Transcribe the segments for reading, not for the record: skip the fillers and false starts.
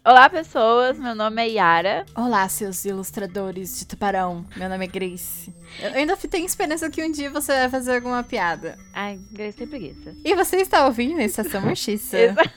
Olá, pessoas. Meu nome é Yara. Olá, seus ilustradores de tubarão. Meu nome é Grace. Eu ainda tenho esperança que um dia você vai fazer alguma piada. Ai, Grace tem preguiça. E você está ouvindo a Estação Mortiça. Exato.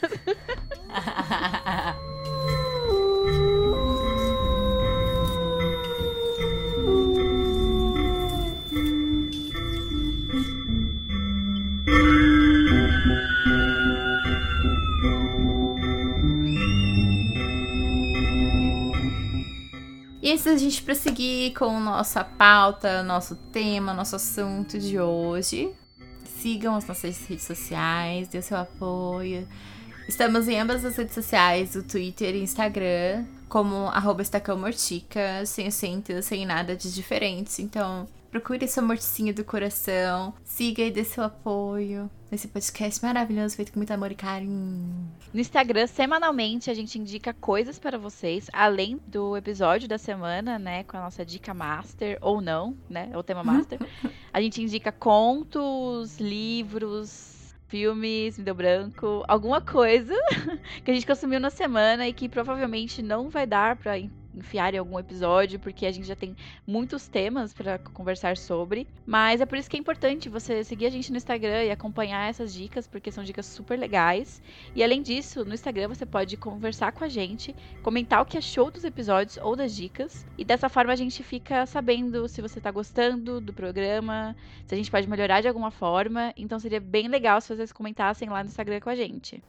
E antes da gente prosseguir com nossa pauta, nosso tema, nosso assunto de hoje, sigam as nossas redes sociais, dê o seu apoio. Estamos em ambas as redes sociais, o Twitter e Instagram, como @estacãomortica, sem acento, sem nada de diferente. Então, procure essa morticinha do coração, siga e dê seu apoio nesse podcast maravilhoso, feito com muito amor e carinho. No Instagram, semanalmente, a gente indica coisas para vocês, além do episódio da semana, né? Com a nossa dica master, ou não, né? O tema master. A gente indica contos, livros, filmes, me deu branco, alguma coisa que a gente consumiu na semana e que provavelmente não vai dar pra enfiar em algum episódio, porque a gente já tem muitos temas pra conversar sobre. Mas é por isso que é importante você seguir a gente no Instagram e acompanhar essas dicas, porque são dicas super legais. E além disso, no Instagram você pode conversar com a gente, comentar o que achou dos episódios ou das dicas. E dessa forma a gente fica sabendo se você tá gostando do programa, se a gente pode melhorar de alguma forma. Então seria bem legal se vocês comentassem lá no Instagram com a gente.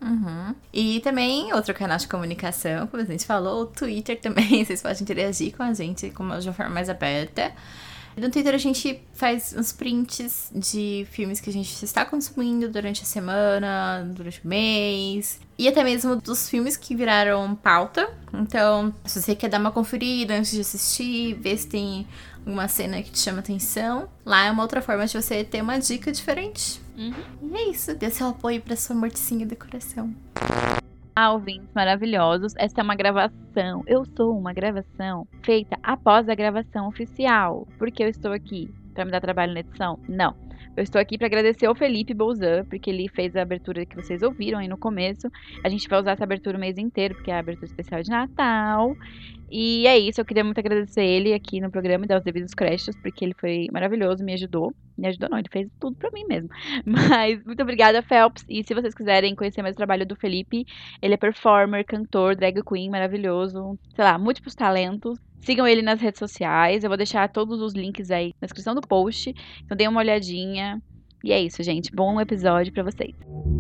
E também outro canal de comunicação, como a gente falou, o Twitter também. Vocês podem interagir com a gente de uma forma mais aberta. No Twitter a gente faz uns prints de filmes que a gente está consumindo durante a semana, durante o mês. E até mesmo dos filmes que viraram pauta. Então, se você quer dar uma conferida antes de assistir, ver se tem alguma cena que te chama atenção, lá é uma outra forma de você ter uma dica diferente. E é isso, dê seu apoio pra sua morticinha do coração. Ouvintes maravilhosos, essa é uma gravação, eu sou uma gravação feita após a gravação oficial. Por que eu estou aqui? Pra me dar trabalho na edição? Não. Eu estou aqui para agradecer ao Felipe Bolzan, porque ele fez a abertura que vocês ouviram aí no começo. A gente vai usar essa abertura o mês inteiro, porque é a abertura especial de Natal. E é isso, eu queria muito agradecer ele aqui no programa e dar os devidos créditos, porque ele foi maravilhoso, me ajudou. Me ajudou não, ele fez tudo pra mim mesmo. Mas muito obrigada, Phelps. E se vocês quiserem conhecer mais o trabalho do Felipe, ele é performer, cantor, drag queen, maravilhoso. Sei lá, múltiplos talentos. Sigam ele nas redes sociais. Eu vou deixar todos os links aí na descrição do post. Então deem uma olhadinha. E é isso, gente. Bom episódio pra vocês.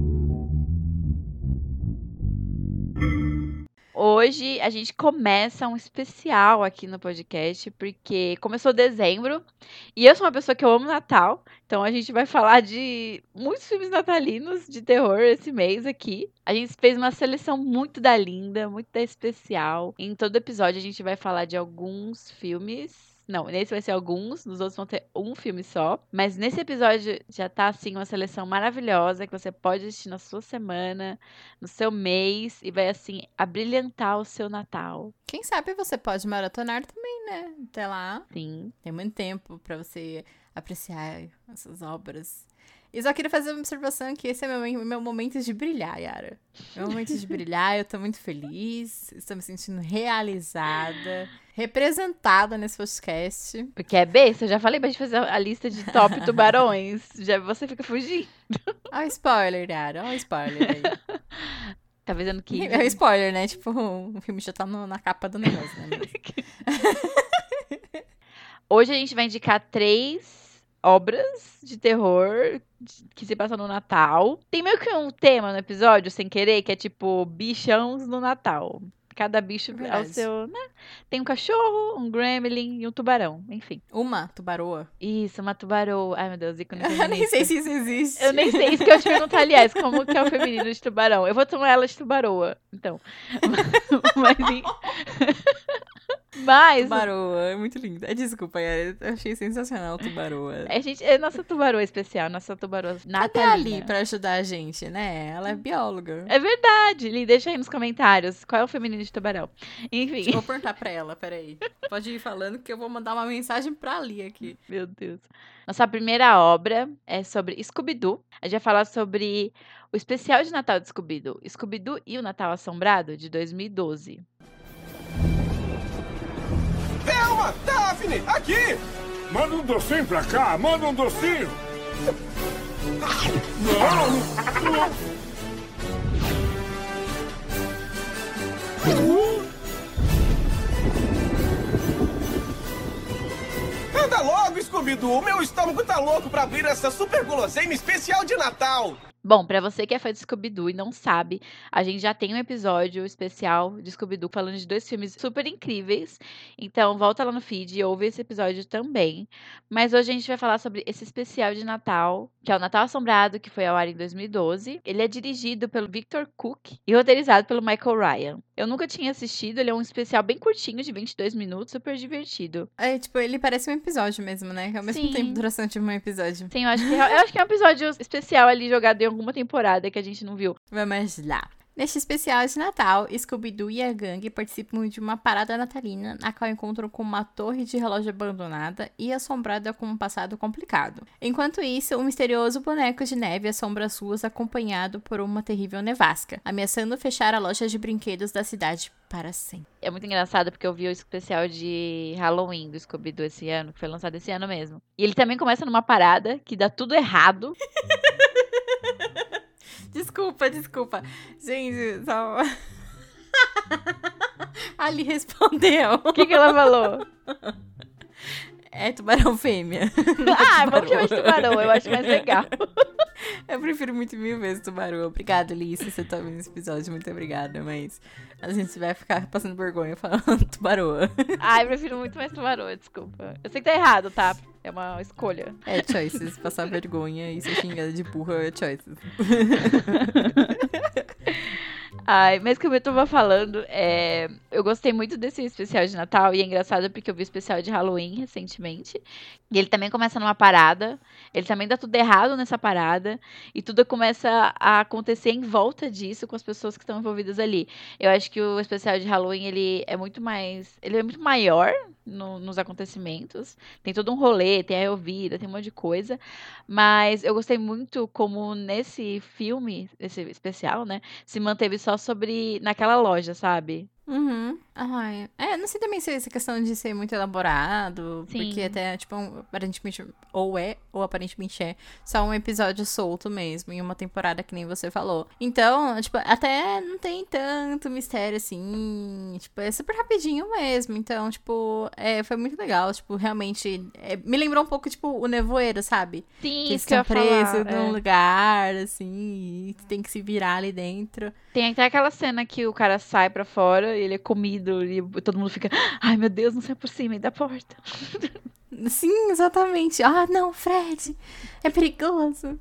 Hoje a gente começa um especial aqui no podcast, porque começou dezembro e eu sou uma pessoa que eu amo Natal, então a gente vai falar de muitos filmes natalinos de terror esse mês aqui. A gente fez uma seleção muito da linda, muito da especial. Em todo episódio a gente vai falar de alguns filmes. Não, nesse vai ser alguns, nos outros vão ter um filme só. Mas nesse episódio já tá, assim, uma seleção maravilhosa que você pode assistir na sua semana, no seu mês, e vai, assim, abrilhantar o seu Natal. Quem sabe você pode maratonar também, né? Até lá. Sim. Tem muito tempo pra você apreciar essas obras. E só queria fazer uma observação que esse é meu momento de brilhar, Yara. Meu momento de brilhar, eu tô muito feliz, estou me sentindo realizada, representada nesse podcast. Porque é besta, eu já falei pra gente fazer a lista de top tubarões. Já você fica fugindo. Olha o spoiler, Yara, olha o spoiler aí. Tá vendo que... É o spoiler, né? Tipo, o filme já tá na capa do negócio, né? Hoje a gente vai indicar 3 obras de terror que se passam no Natal. Tem meio que um tema no episódio, sem querer, que é tipo bichãos no Natal. Cada bicho ao seu, né? Tem um cachorro, um gremlin e um tubarão, enfim. Uma tubaroa. Isso, uma tubaroa. Ai, meu Deus, ícone Eu nem sei se isso existe. Eu nem sei, isso que eu te perguntar, aliás, como que é o feminino de tubarão. Eu vou tomar ela de tubaroa, então. Mas Tubaroa, é muito linda. Desculpa, eu achei sensacional tubaroa. É nossa tubaroa especial, nossa tubaroa natalina. Até ali pra ajudar a gente, né? Ela é bióloga. É verdade, Li, deixa aí nos comentários qual é o feminino de tubarão. Enfim. Vou perguntar pra ela, peraí. Pode ir falando que eu vou mandar uma mensagem pra Li aqui. Meu Deus. Nossa primeira obra é sobre Scooby-Doo. A gente vai falar sobre o especial de Natal de Scooby-Doo, Scooby-Doo e o Natal Assombrado, de 2012. Thelma! Daphne! Aqui! Manda um docinho pra cá, manda um docinho! Não! Anda logo, Scooby-Doo! Meu estômago tá louco pra abrir essa super guloseima especial de Natal! Bom, pra você que é fã de Scooby-Doo e não sabe, a gente já tem um episódio especial de Scooby-Doo falando de 2 filmes super incríveis. Então, volta lá no feed e ouve esse episódio também. Mas hoje a gente vai falar sobre esse especial de Natal, que é o Natal Assombrado, que foi ao ar em 2012. Ele é dirigido pelo Victor Cook e roteirizado pelo Michael Ryan. Eu nunca tinha assistido, ele é um especial bem curtinho, de 22 minutos, super divertido. É, tipo, ele parece um episódio mesmo, né? Ao mesmo Sim. tempo, duração de um episódio. Sim, eu acho que é um episódio especial ali jogado em alguma temporada que a gente não viu. Vamos lá. Neste especial de Natal, Scooby-Doo e a gangue participam de uma parada natalina, na qual encontram com uma torre de relógio abandonada e assombrada com um passado complicado. Enquanto isso, um misterioso boneco de neve assombra as ruas acompanhado por uma terrível nevasca, ameaçando fechar a loja de brinquedos da cidade para sempre. É muito engraçado porque eu vi o especial de Halloween do Scooby-Doo esse ano, que foi lançado esse ano mesmo. E ele também começa numa parada que dá tudo errado. Desculpa. Gente, só... Ali respondeu. O que ela falou? É tubarão fêmea. Vamos chamar de tubarão, eu acho mais legal. Eu prefiro muito 1000 vezes tubarão. Obrigada, Liz, se você tá vendo esse episódio. Muito obrigada, mas a gente vai ficar passando vergonha falando tubarão. Eu prefiro muito mais tubarão, desculpa. Eu sei que tá errado, tá? É uma escolha. É choices. Passar vergonha e ser xingada de burra é choices. Mas como eu tava falando, eu gostei muito desse especial de Natal. E é engraçado porque eu vi o especial de Halloween recentemente. E ele também começa numa parada. Ele também dá tudo errado nessa parada. E tudo começa a acontecer em volta disso com as pessoas que estão envolvidas ali. Eu acho que o especial de Halloween, ele é muito maior nos acontecimentos. Tem todo um rolê, tem a Elvira, tem um monte de coisa. Mas eu gostei muito como nesse filme, esse especial, né? Se manteve só naquela loja, sabe? Uhum. Ai. Não sei também se essa questão de ser muito elaborado, Sim. porque até, tipo, aparentemente, ou aparentemente é, só um episódio solto mesmo, em uma temporada que nem você falou. Então, tipo, até não tem tanto mistério, assim, tipo, é super rapidinho mesmo. Então, tipo, foi muito legal, tipo, realmente, me lembrou um pouco, tipo, o Nevoeiro, sabe? Sim, que eles isso que eu estão ia falar. presos num lugar, assim, e tem que se virar ali dentro. Tem até aquela cena que o cara sai pra fora e ele é comido e todo mundo fica, ai meu Deus, não sai por cima da porta. Sim, exatamente. Ah, não, Fred, é perigoso.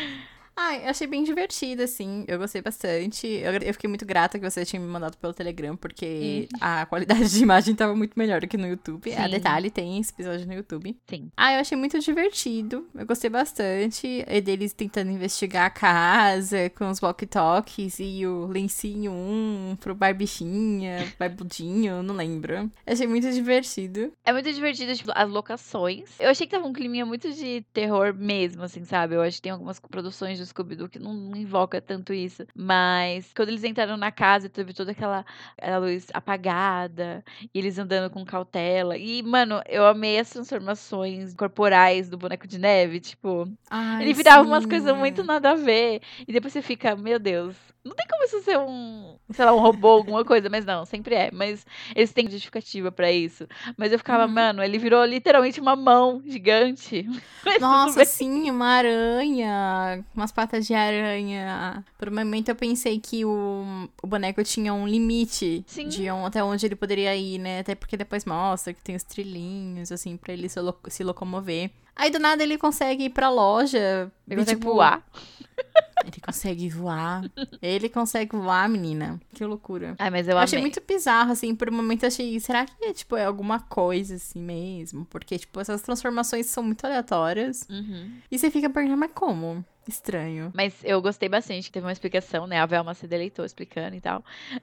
Eu achei bem divertido, assim. Eu gostei bastante. Eu fiquei muito grata que você tinha me mandado pelo Telegram, porque a qualidade de imagem tava muito melhor do que no YouTube. Sim. A detalhe, tem esse episódio no YouTube. Sim. Eu achei muito divertido. Eu gostei bastante. E deles tentando investigar a casa com os walkie-talkies e o lencinho pro barbichinha, barbudinho, não lembro. Eu achei muito divertido. É muito divertido, tipo, as locações. Eu achei que tava um climinha muito de terror mesmo, assim, sabe? Eu acho que tem algumas produções do Scooby-Doo que não invoca tanto isso. Mas quando eles entraram na casa, teve toda aquela luz apagada, e eles andando com cautela. E, mano, eu amei as transformações corporais do boneco de neve. Tipo, ele virava umas coisas muito nada a ver. E depois você fica, meu Deus, não tem como isso ser um robô, alguma coisa. Mas não, sempre é. Mas eles têm justificativa pra isso. Mas eu ficava, mano, ele virou literalmente uma mão gigante. Mas nossa, sim, uma aranha, umas patas de aranha. Por um momento eu pensei que o boneco tinha um limite de até onde ele poderia ir, né? Até porque depois mostra que tem os trilhinhos, assim, pra ele se locomover. Aí do nada ele consegue ir pra loja. Ele consegue voar. Ele consegue voar. Ele consegue voar, menina. Que loucura. Mas eu achei amei. muito bizarro, assim. Por um momento eu achei, será que tipo, é alguma coisa assim mesmo? Porque, tipo, essas transformações são muito aleatórias. Uhum. E você fica perguntando, mas como? Estranho. Mas eu gostei bastante, teve uma explicação, né? A Velma se deleitou explicando e tal.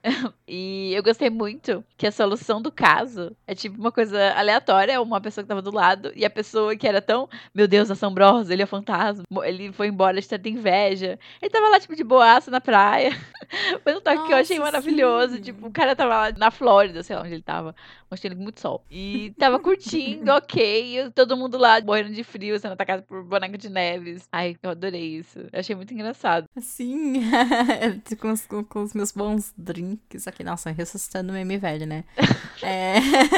E eu gostei muito que a solução do caso é tipo uma coisa aleatória, uma pessoa que tava do lado, e a pessoa que era tão, meu Deus, assombrosa, ele é fantasma, ele foi embora de tanta inveja. Ele tava lá, tipo, de boaça na praia. Foi um toque que eu achei Nossa, maravilhoso. sim. Tipo, o cara tava lá na Flórida, sei lá onde ele tava. Onde tem muito sol. E tava curtindo, ok. E todo mundo lá morrendo de frio, sendo atacado por boneca de neves. Ai, eu adorei isso. Eu achei muito engraçado. Sim, com os meus bons drinks aqui. Nossa, ressuscitando o meme velho, né? É...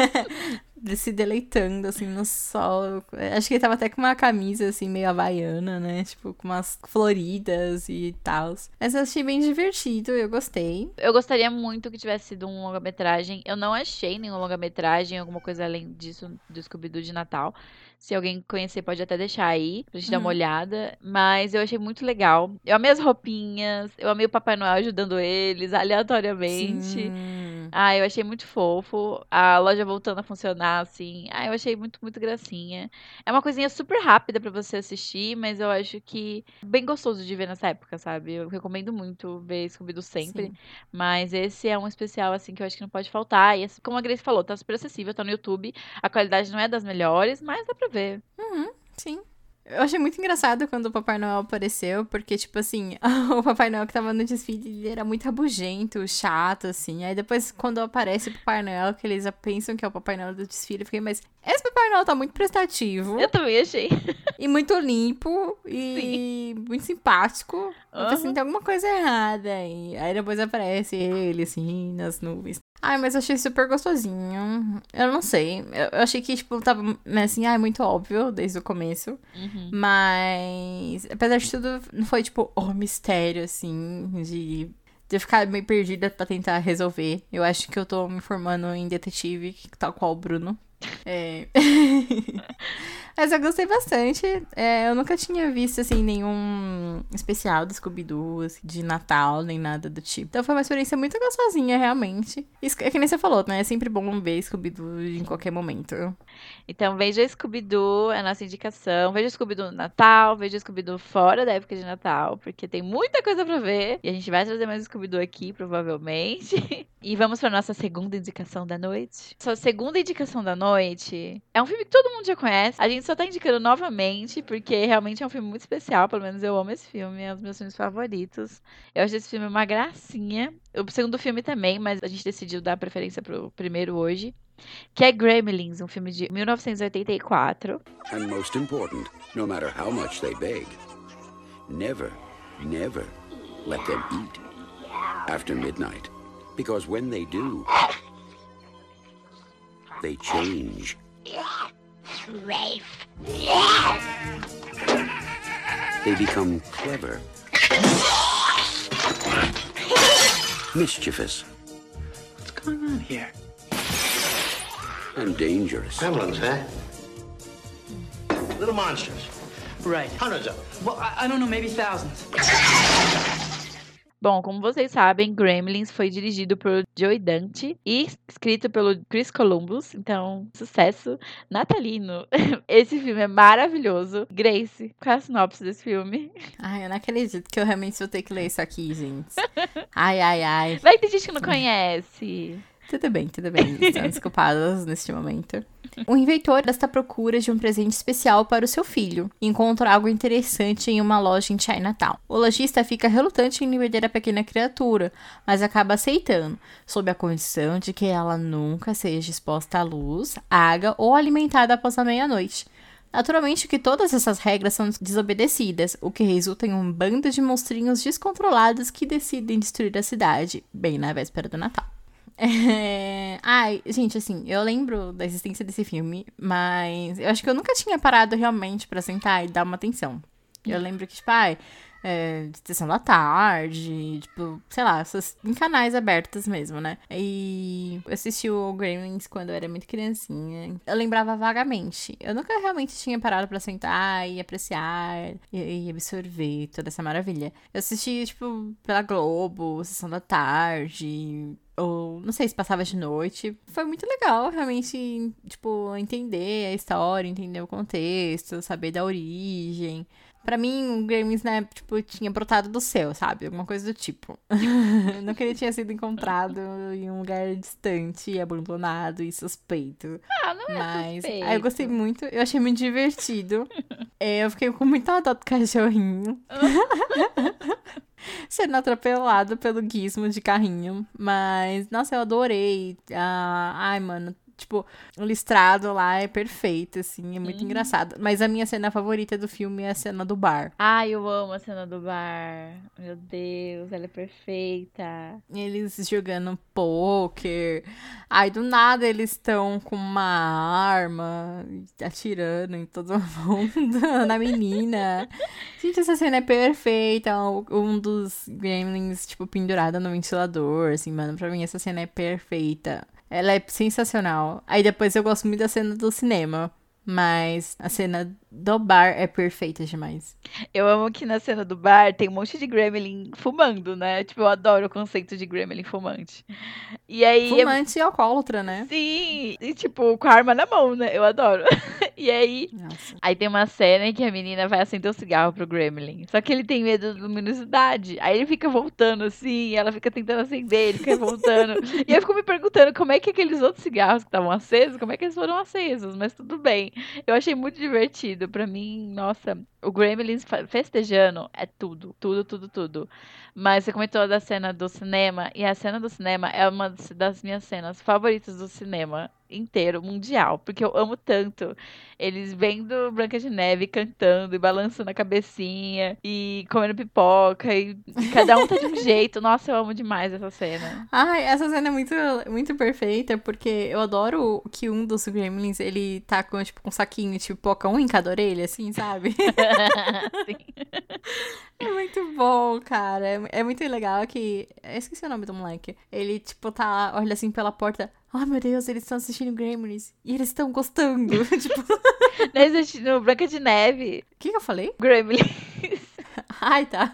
se deleitando, assim, no sol. Acho que ele tava até com uma camisa, assim, meio havaiana, né? Tipo, com umas floridas e tal. Mas eu achei bem divertido, eu gostei. Eu gostaria muito que tivesse sido um longa-metragem. Eu não achei nenhum longa-metragem, alguma coisa além disso do Scooby-Doo de Natal. Se alguém conhecer, pode até deixar aí, pra gente dar uma olhada. Mas eu achei muito legal. Eu amei as roupinhas, eu amei o Papai Noel ajudando eles, aleatoriamente. Sim. Ah, eu achei muito fofo. A loja voltando a funcionar, assim. Ah, eu achei muito, muito gracinha. É uma coisinha super rápida pra você assistir, mas eu acho que é bem gostoso de ver nessa época, sabe? Eu recomendo muito ver Scooby-Doo sempre. Sim. Mas esse é um especial, assim, que eu acho que não pode faltar. E, assim, como a Grace falou, tá super acessível, tá no YouTube. A qualidade não é das melhores, mas dá pra ver. Sim. Eu achei muito engraçado quando o Papai Noel apareceu, porque, tipo assim, o Papai Noel que tava no desfile, ele era muito rabugento, chato, assim. Aí depois, quando aparece o Papai Noel, que eles pensam que é o Papai Noel do desfile, eu fiquei, mas esse Papai Noel tá muito prestativo. Eu também achei. E muito limpo, e muito simpático. Eu pensei, Aham. tem alguma coisa errada aí. Aí depois aparece ele, assim, nas nuvens. Ai, mas eu achei super gostosinho. Eu não sei. Eu achei que, tipo, tava, assim, muito óbvio desde o começo. Uhum. Mas, apesar de tudo, não foi, tipo, mistério, assim, de eu ficar meio perdida pra tentar resolver. Eu acho que eu tô me formando em detetive, tal qual o Bruno. Mas eu gostei bastante. Eu nunca tinha visto, assim, nenhum especial do Scooby-Doo, assim, de Natal, nem nada do tipo. Então foi uma experiência muito gostosinha, realmente. Isso é que nem você falou, né? É sempre bom ver Scooby-Doo em qualquer momento. Então veja Scooby-Doo, é a nossa indicação. Veja Scooby-Doo no Natal, veja Scooby-Doo fora da época de Natal, porque tem muita coisa pra ver. E a gente vai trazer mais Scooby-Doo aqui, provavelmente. E vamos pra nossa segunda indicação da noite. Sua segunda indicação da noite é um filme que todo mundo já conhece. A gente só tá indicando novamente, porque realmente é um filme muito especial. Pelo menos eu amo esse filme, é um dos meus filmes favoritos. Eu acho esse filme uma gracinha. O segundo filme também, mas a gente decidiu dar preferência pro primeiro hoje. Que é Gremlins, um filme de 1984. And most important, no matter how much they beg, never, never let them eat after midnight. Because when they do, they change. They become clever, mischievous, What's going on here? and dangerous. Gremlins, huh? Little monsters. Right. Hundreds of them. Well, I don't know, maybe thousands. Bom, como vocês sabem, Gremlins foi dirigido por Joe Dante e escrito pelo Chris Columbus. Então, sucesso natalino. Esse filme é maravilhoso. Grace, qual é a sinopse desse filme? Ai, eu não acredito que eu realmente vou ter que ler isso aqui, gente. Ai. Vai ter gente que não conhece. Tudo bem. Estão desculpados neste momento. O inventor está à procura de um presente especial para o seu filho e encontra algo interessante em uma loja em Chinatown. O lojista fica relutante em vender a pequena criatura, mas acaba aceitando, sob a condição de que ela nunca seja exposta à luz, água ou alimentada após a meia-noite. Naturalmente que todas essas regras são desobedecidas, o que resulta em um bando de monstrinhos descontrolados que decidem destruir a cidade, bem na véspera do Natal. Ai, gente, assim, eu lembro da existência desse filme, mas eu acho que eu nunca tinha parado realmente pra sentar e dar uma atenção. Eu lembro que, tipo, sessão da tarde, tipo, sei lá, essas em canais abertos mesmo, né? E eu assisti o Gremlins quando eu era muito criancinha. Eu lembrava vagamente. Eu nunca realmente tinha parado pra sentar e apreciar e absorver toda essa maravilha. Eu assisti, tipo, pela Globo, sessão da tarde, ou não sei se passava de noite. Foi muito legal, realmente, tipo, entender a história, entender o contexto, saber da origem. Pra mim, o Gremlins, né, tipo, tinha brotado do céu, sabe? Alguma coisa do tipo. Não que ele tinha sido encontrado em um lugar distante, abandonado e suspeito. Não é Mas suspeito. aí eu gostei muito, eu achei muito divertido. Eu fiquei com muita dó do cachorrinho. Sendo atropelado pelo Gizmo de carrinho. Mas, nossa, eu adorei. Ai, mano. Tipo, o listrado lá é perfeito, assim, é muito engraçado. Mas a minha cena favorita do filme é a cena do bar. Ai, eu amo a cena do bar. Meu Deus, ela é perfeita. Eles jogando pôquer. Aí, do nada, eles estão com uma arma, atirando em todo mundo, na menina. Gente, essa cena é perfeita. Um dos gremlins, tipo, pendurado no ventilador, assim, mano. Pra mim, essa cena é perfeita. Ela é sensacional. Aí depois eu gosto muito da cena do cinema. Mas a cena do bar é perfeita demais. Eu amo que na cena do bar tem um monte de gremlin fumando, né? Tipo, eu adoro o conceito de gremlin fumante. E aí... Fumante e alcoólatra, né? Sim! E tipo, com a arma na mão, né? Eu adoro. E aí... Nossa. Aí tem uma cena em que a menina vai acender o cigarro pro gremlin. Só que ele tem medo da luminosidade. Aí ele fica voltando assim, ela fica tentando acender, ele fica voltando. E eu fico me perguntando como é que aqueles outros cigarros que estavam acesos, como é que eles foram acesos? Mas tudo bem. Eu achei muito divertido. Pra mim, nossa, o Gremlins festejando é tudo. Tudo, tudo, tudo. Mas você comentou da cena do cinema. E a cena do cinema é uma das minhas cenas favoritas do cinema inteiro, mundial. Porque eu amo tanto eles vendo Branca de Neve cantando e balançando a cabecinha e comendo pipoca. E cada um tá de um jeito. Nossa, eu amo demais essa cena. Ai, essa cena é muito, muito perfeita, porque eu adoro que um dos gremlins, ele tá com, tipo, um saquinho de pipoca, um em cada orelha, assim, sabe? É muito bom, cara. É muito legal que... Eu esqueci o nome do moleque. Ele, tipo, olha assim pela porta. Oh, meu Deus, eles estão assistindo Gremlins. E eles estão gostando. Tipo... No Branca de Neve. O que eu falei? Gremlins. Ai, tá.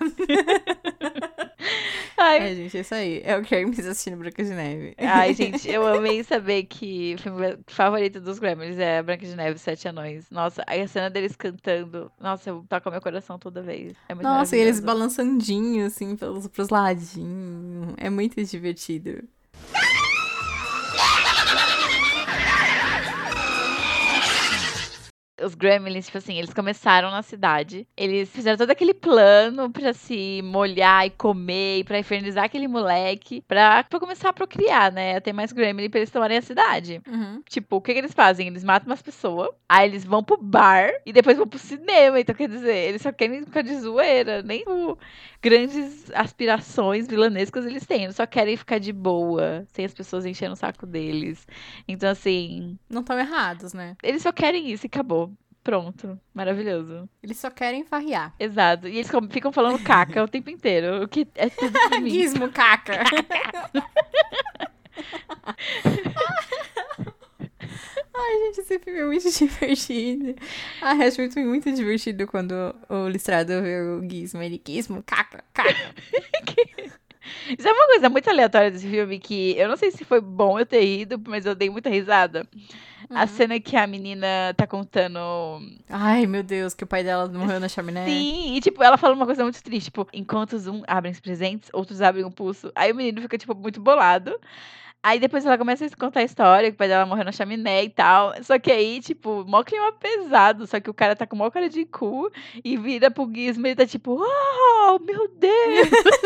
Ai. Gente, é isso aí. É o Gremlins assistindo Branca de Neve. Ai, gente, eu amei saber que o filme favorito dos Gremlins é Branca de Neve e Sete Anões. Nossa, a cena deles cantando, nossa, toca meu coração toda vez. É muito Nossa, e eles maravilhoso. balançandinho, assim, pros ladinhos. É muito divertido. Os Gremlins, tipo assim, eles começaram na cidade. Eles fizeram todo aquele plano pra se molhar e comer, e pra infernizar aquele moleque, pra começar a procriar, né? A ter mais Gremlin pra eles tomarem a cidade. Uhum. Tipo, o que eles fazem? Eles matam umas pessoas, aí eles vão pro bar e depois vão pro cinema. Então, quer dizer, eles só querem ficar de zoeira, nem grandes aspirações vilanescas eles têm. Eles só querem ficar de boa, sem as pessoas enchendo o saco deles. Então, assim, Não estão errados, né? eles só querem isso e acabou. Pronto. Maravilhoso. Eles só querem farrear. Exato. E eles ficam falando caca o tempo inteiro. O que é tudo pra mim. Gizmo, caca. Ai, gente, esse filme é muito divertido. Ai, acho muito divertido quando o Listrado vê o Gizmo. Ele, Gizmo, caca, caca. Isso é uma coisa muito aleatória desse filme que eu não sei se foi bom eu ter ido, mas eu dei muita risada. A cena que a menina tá contando. Ai, meu Deus, que o pai dela morreu na chaminé. Sim, e tipo, ela fala uma coisa muito triste, tipo, enquanto uns abrem os presentes, outros abrem o pulso. Aí o menino fica, tipo, muito bolado. Aí depois ela começa a contar a história, que o pai dela morreu na chaminé e tal. Só que aí, tipo, mó clima pesado. Só que o cara tá com mó cara de cu e vira pro Gizmo e ele tá tipo, oh, meu Deus!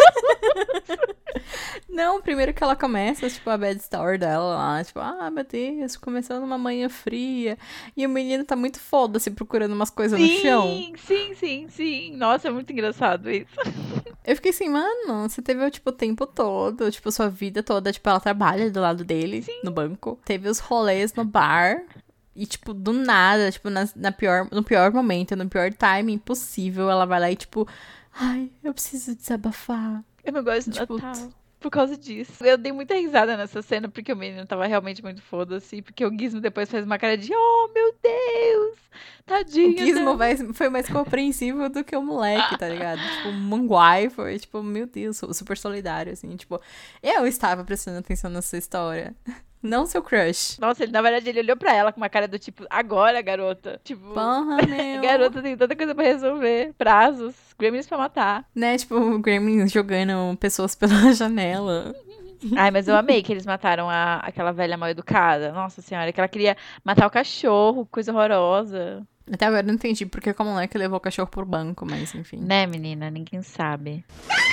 Não, primeiro que ela começa, tipo, a bad story dela lá. Tipo, ah, meu Deus, começou numa manhã fria. E o menino tá muito foda-se procurando umas coisas no chão. Sim. Nossa, é muito engraçado isso. Eu fiquei assim, mano, você teve, tipo, o tempo todo, tipo, sua vida toda, tipo, ela trabalha do lado dele, no banco. Teve os rolês no bar. E, tipo, do nada, tipo, no pior momento, no pior timing possível, ela vai lá e, tipo, ai, eu preciso desabafar. Eu não gosto de Tipo, Natal. Por causa disso. Eu dei muita risada nessa cena, porque o menino tava realmente muito foda-se. Porque o Gizmo depois fez uma cara de, oh, meu Deus! Tadinho. O Gizmo foi mais compreensivo do que o moleque, tá ligado? Tipo, o Manguai foi, tipo, meu Deus, super solidário, assim. Tipo, eu estava prestando atenção nessa história. Não seu crush. Nossa, ele, na verdade, ele olhou pra ela com uma cara do tipo, agora, garota. Tipo, Porra, meu. garota tem tanta coisa pra resolver. Prazos, gremlins pra matar. Né, tipo, o Gremlins jogando pessoas pela janela. Ai, mas eu amei que eles mataram aquela velha mal educada. Nossa senhora, que ela queria matar o cachorro, coisa horrorosa. Até agora eu não entendi porque como é que levou o cachorro pro banco, mas enfim. Né, menina? Ninguém sabe.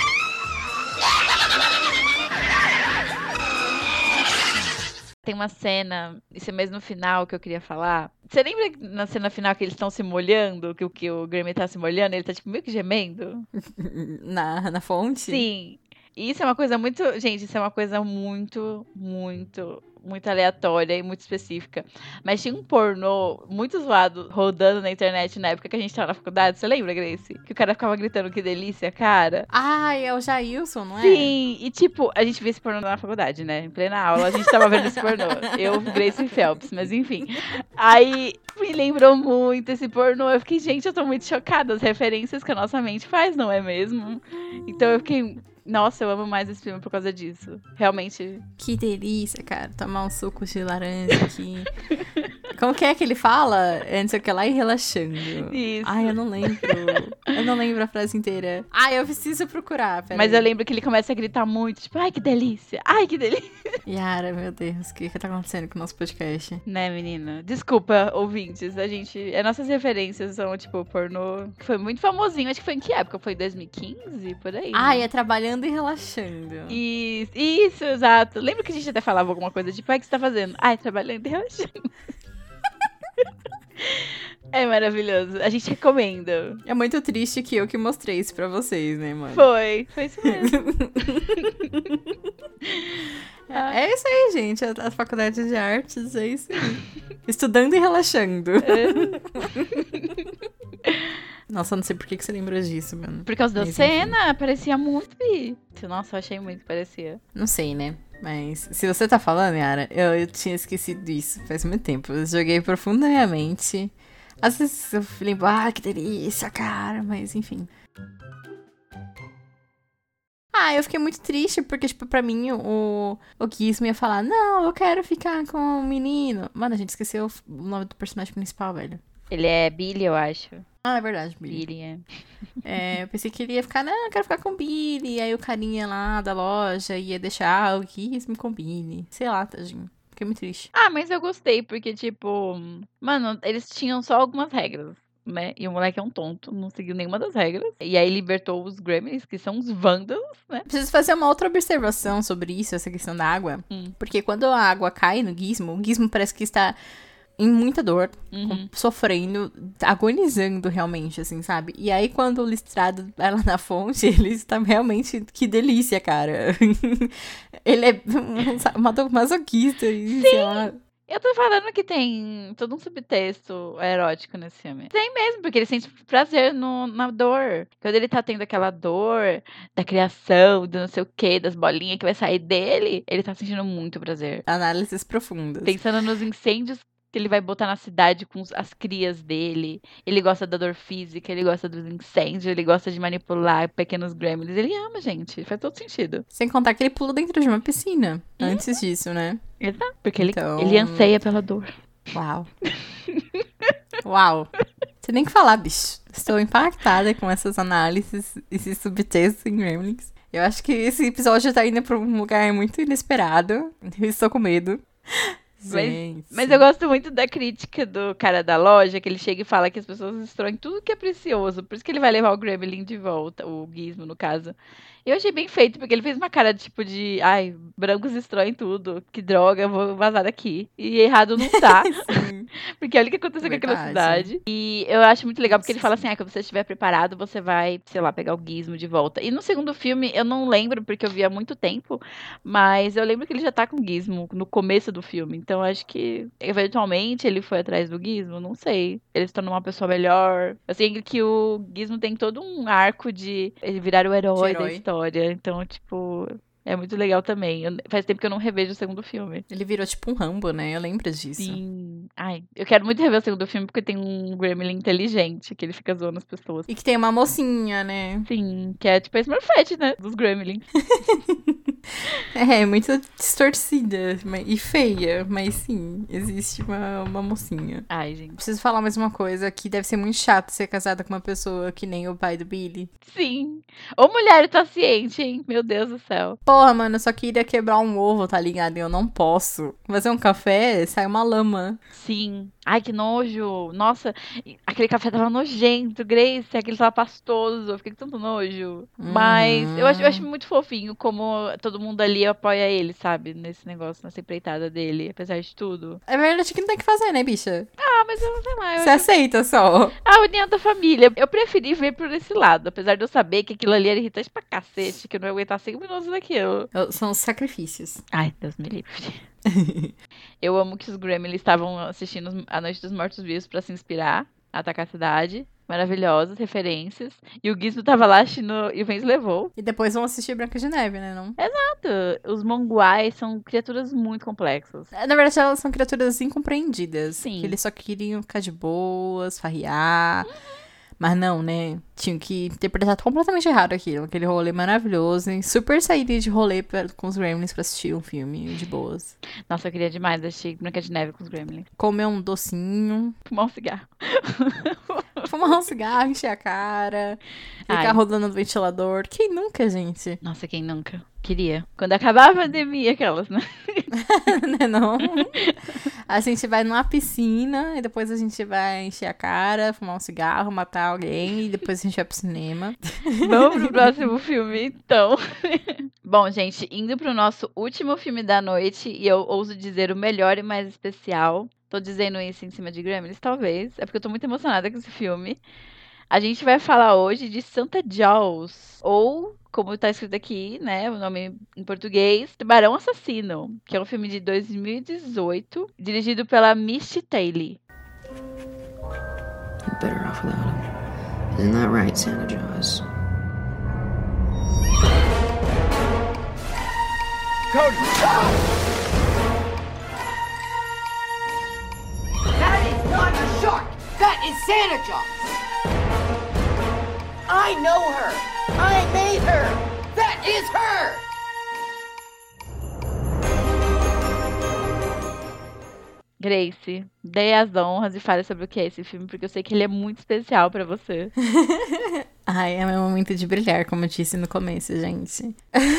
Tem uma cena, isso é mesmo no final que eu queria falar. Você lembra na cena final que eles estão se molhando, que o Grammy tá se molhando, ele tá tipo meio que gemendo? Na fonte? Sim. E isso é uma coisa muito. Gente, isso é uma coisa muito, muito, muito aleatória e muito específica. Mas tinha um pornô muito zoado rodando na internet na época que a gente tava na faculdade. Você lembra, Grace? Que o cara ficava gritando que delícia, cara. Ai, é o Jailson, não é? Sim, e tipo, a gente viu esse pornô na faculdade, né? Em plena aula, a gente tava vendo esse pornô. Eu, Grace e Phelps, mas enfim. Aí me lembrou muito esse pornô. Eu fiquei, gente, eu tô muito chocada. As referências que a nossa mente faz, não é mesmo? Então eu fiquei. Nossa, eu amo mais esse filme por causa disso. Realmente. Que delícia, cara. Tomar um suco de laranja aqui. Como que é que ele fala? Antes sei o que lá e relaxando. Isso. Ai, eu não lembro. Eu não lembro a frase inteira. Ai, eu preciso procurar. Mas eu lembro que ele começa a gritar muito, tipo, ai, que delícia. Ai, que delícia. Yara, meu Deus, o que tá acontecendo com o nosso podcast? Né, menina? Desculpa, ouvintes. A gente. Nossas referências são, tipo, pornô. Que foi muito famosinho. Acho que foi em que época? Foi 2015? Por aí. Ai, né? é trabalhando e relaxando. Isso, exato. Lembra que a gente até falava alguma coisa tipo, ai, o que você tá fazendo? Ai, trabalhando e relaxando. É maravilhoso. A gente recomenda. É muito triste que eu que mostrei isso pra vocês, né, mano? Foi isso mesmo. É isso aí, gente. A faculdade de artes é isso aí. Estudando e relaxando. Nossa, eu não sei por que você lembrou disso, mano. Por causa da Mas, cena, parecia muito. Nossa, eu achei muito que parecia. Não sei, né? Mas se você tá falando, Yara, eu tinha esquecido disso faz muito tempo. Eu joguei profundamente. Às vezes eu lembro, que delícia, cara, mas enfim. Eu fiquei muito triste, porque, tipo, pra mim, o Gizmo ia falar, não, eu quero ficar com o menino. Mano, a gente esqueceu o nome do personagem principal, velho. Ele é Billy, eu acho. É verdade, Billy. Billy, Eu pensei que ele ia ficar, não, eu quero ficar com o Billy. Aí o carinha lá da loja ia deixar o Gizmo com o Billy. Sei lá, tadinho. Fiquei muito triste. Mas eu gostei, porque, tipo... Mano, eles tinham só algumas regras, né? E o moleque é um tonto, não seguiu nenhuma das regras. E aí libertou os Gremlins, que são os vândalos, né? Preciso fazer uma outra observação sobre isso, essa questão da água. Porque quando a água cai no o Gizmo parece que está em muita dor, sofrendo, agonizando realmente, assim, sabe? E aí, quando o listrado vai lá na fonte, ele está realmente... Que delícia, cara. Ele é um masoquista e, sei lá... Eu tô falando que tem todo um subtexto erótico nesse filme. Tem mesmo, porque ele sente prazer na dor. Quando ele tá tendo aquela dor da criação, do não sei o que, das bolinhas que vai sair dele, ele tá sentindo muito prazer. Análises profundas. Pensando nos incêndios que ele vai botar na cidade com as crias dele. Ele gosta da dor física, ele gosta dos incêndios, ele gosta de manipular pequenos gremlins. Ele ama, gente. Faz todo sentido. Sem contar que ele pula dentro de uma piscina. Antes disso, né? Exato. Porque Então... ele anseia pela dor. Uau. Uau. Você nem que falar, bicho. Estou impactada com essas análises, esses subtextos em Gremlins. Eu acho que esse episódio tá indo pra um lugar muito inesperado. Eu estou com medo. Mas eu gosto muito da crítica do cara da loja, que ele chega e fala que as pessoas destroem tudo que é precioso. Por isso que ele vai levar o Gremlin de volta, o Gizmo, no caso. Eu achei bem feito, porque ele fez uma cara tipo de... Ai, brancos destroem tudo. Que droga, eu vou vazar daqui. E errado não tá. Porque olha o que aconteceu com aquela cidade. E eu acho muito legal, porque ele fala assim, quando você estiver preparado, você vai, sei lá, pegar o Gizmo de volta. E no segundo filme, eu não lembro, porque eu vi há muito tempo, mas eu lembro que ele já tá com o Gizmo no começo do filme. Então, acho que, eventualmente, ele foi atrás do Gizmo, não sei. Ele se tornou uma pessoa melhor. Eu sei que o Gizmo tem todo um arco de ele virar o herói da história. Então, tipo... É muito legal também. Faz tempo que eu não revejo o segundo filme. Ele virou tipo um Rambo, né? Eu lembro disso. Sim. Ai, eu quero muito rever o segundo filme porque tem um Gremlin inteligente que ele fica zoando as pessoas. E que tem uma mocinha, né? Sim, que é tipo a Smurfette, né? Dos Gremlins. É, muito distorcida e feia, mas sim, existe uma mocinha. Ai, gente. Preciso falar mais uma coisa, que deve ser muito chato ser casada com uma pessoa que nem o pai do Billy. Sim. Ô, mulher tá ciente, hein? Meu Deus do céu. Porra, mano, eu só queria quebrar um ovo, tá ligado? E eu não posso. Fazer um café, sai uma lama. Sim. Ai, que nojo. Nossa, aquele café tava nojento, Grace. Aquele tava pastoso. Eu fiquei com tanto nojo. Mas eu acho muito fofinho como todo mundo ali apoia ele, sabe? Nesse negócio, nessa empreitada dele, apesar de tudo. É verdade que não tem o que fazer, né, bicha? Ah, mas eu não sei lá. Você aceita só. A união da família. Eu preferi ver por esse lado, apesar de eu saber que aquilo ali era irritante pra cacete, que eu não ia aguentar 5 minutos daquilo. São os sacrifícios. Ai, Deus me livre. Eu amo que os Gremlins estavam assistindo A Noite dos Mortos-Vivos pra se inspirar, a atacar a cidade. Maravilhosas referências. E o Gizmo tava lá assistindo e o Vence levou. E depois vão assistir Branca de Neve, né, não? Os Monguais são criaturas muito complexas. Na verdade, elas são criaturas incompreendidas. Sim. Que eles só queriam ficar de boas, farrear. Mas não, né? Tinham que interpretar completamente errado aquilo. Aquele rolê maravilhoso. E super sairia de rolê com os Gremlins pra assistir um filme de boas. Nossa, eu queria demais assistir Branca de Neve com os Gremlins. Comer um docinho. Fumar um cigarro. Fumar um cigarro, encher a cara. Ficar Ai. rodando no ventilador. Quem nunca, gente? Nossa, quem nunca? Queria. Quando acabar a pandemia, aquelas, né? Né, não? A gente vai numa piscina e depois a gente vai encher a cara, fumar um cigarro, matar alguém e depois a gente vai pro cinema. Vamos pro próximo filme, então. Bom, gente, indo pro nosso último filme da noite, e eu ouso dizer o melhor e mais especial. Tô dizendo isso em cima de Gremlins, talvez. É porque eu tô muito emocionada com esse filme. A gente vai falar hoje de Santa Jaws, ou, como tá escrito aqui, né, o nome em português, Tubarão Assassino, que é um filme de 2018, dirigido pela Misty Taylor. You're better off without him. Isn't that right, Santa Jaws? Cody! That is not a shark! That is Santa Jaws! I know her! I made her! That is her! Grace, dê as honras e fale sobre o que é esse filme, porque eu sei que ele é muito especial pra você. Ai, é meu momento de brilhar, como eu disse no começo, gente.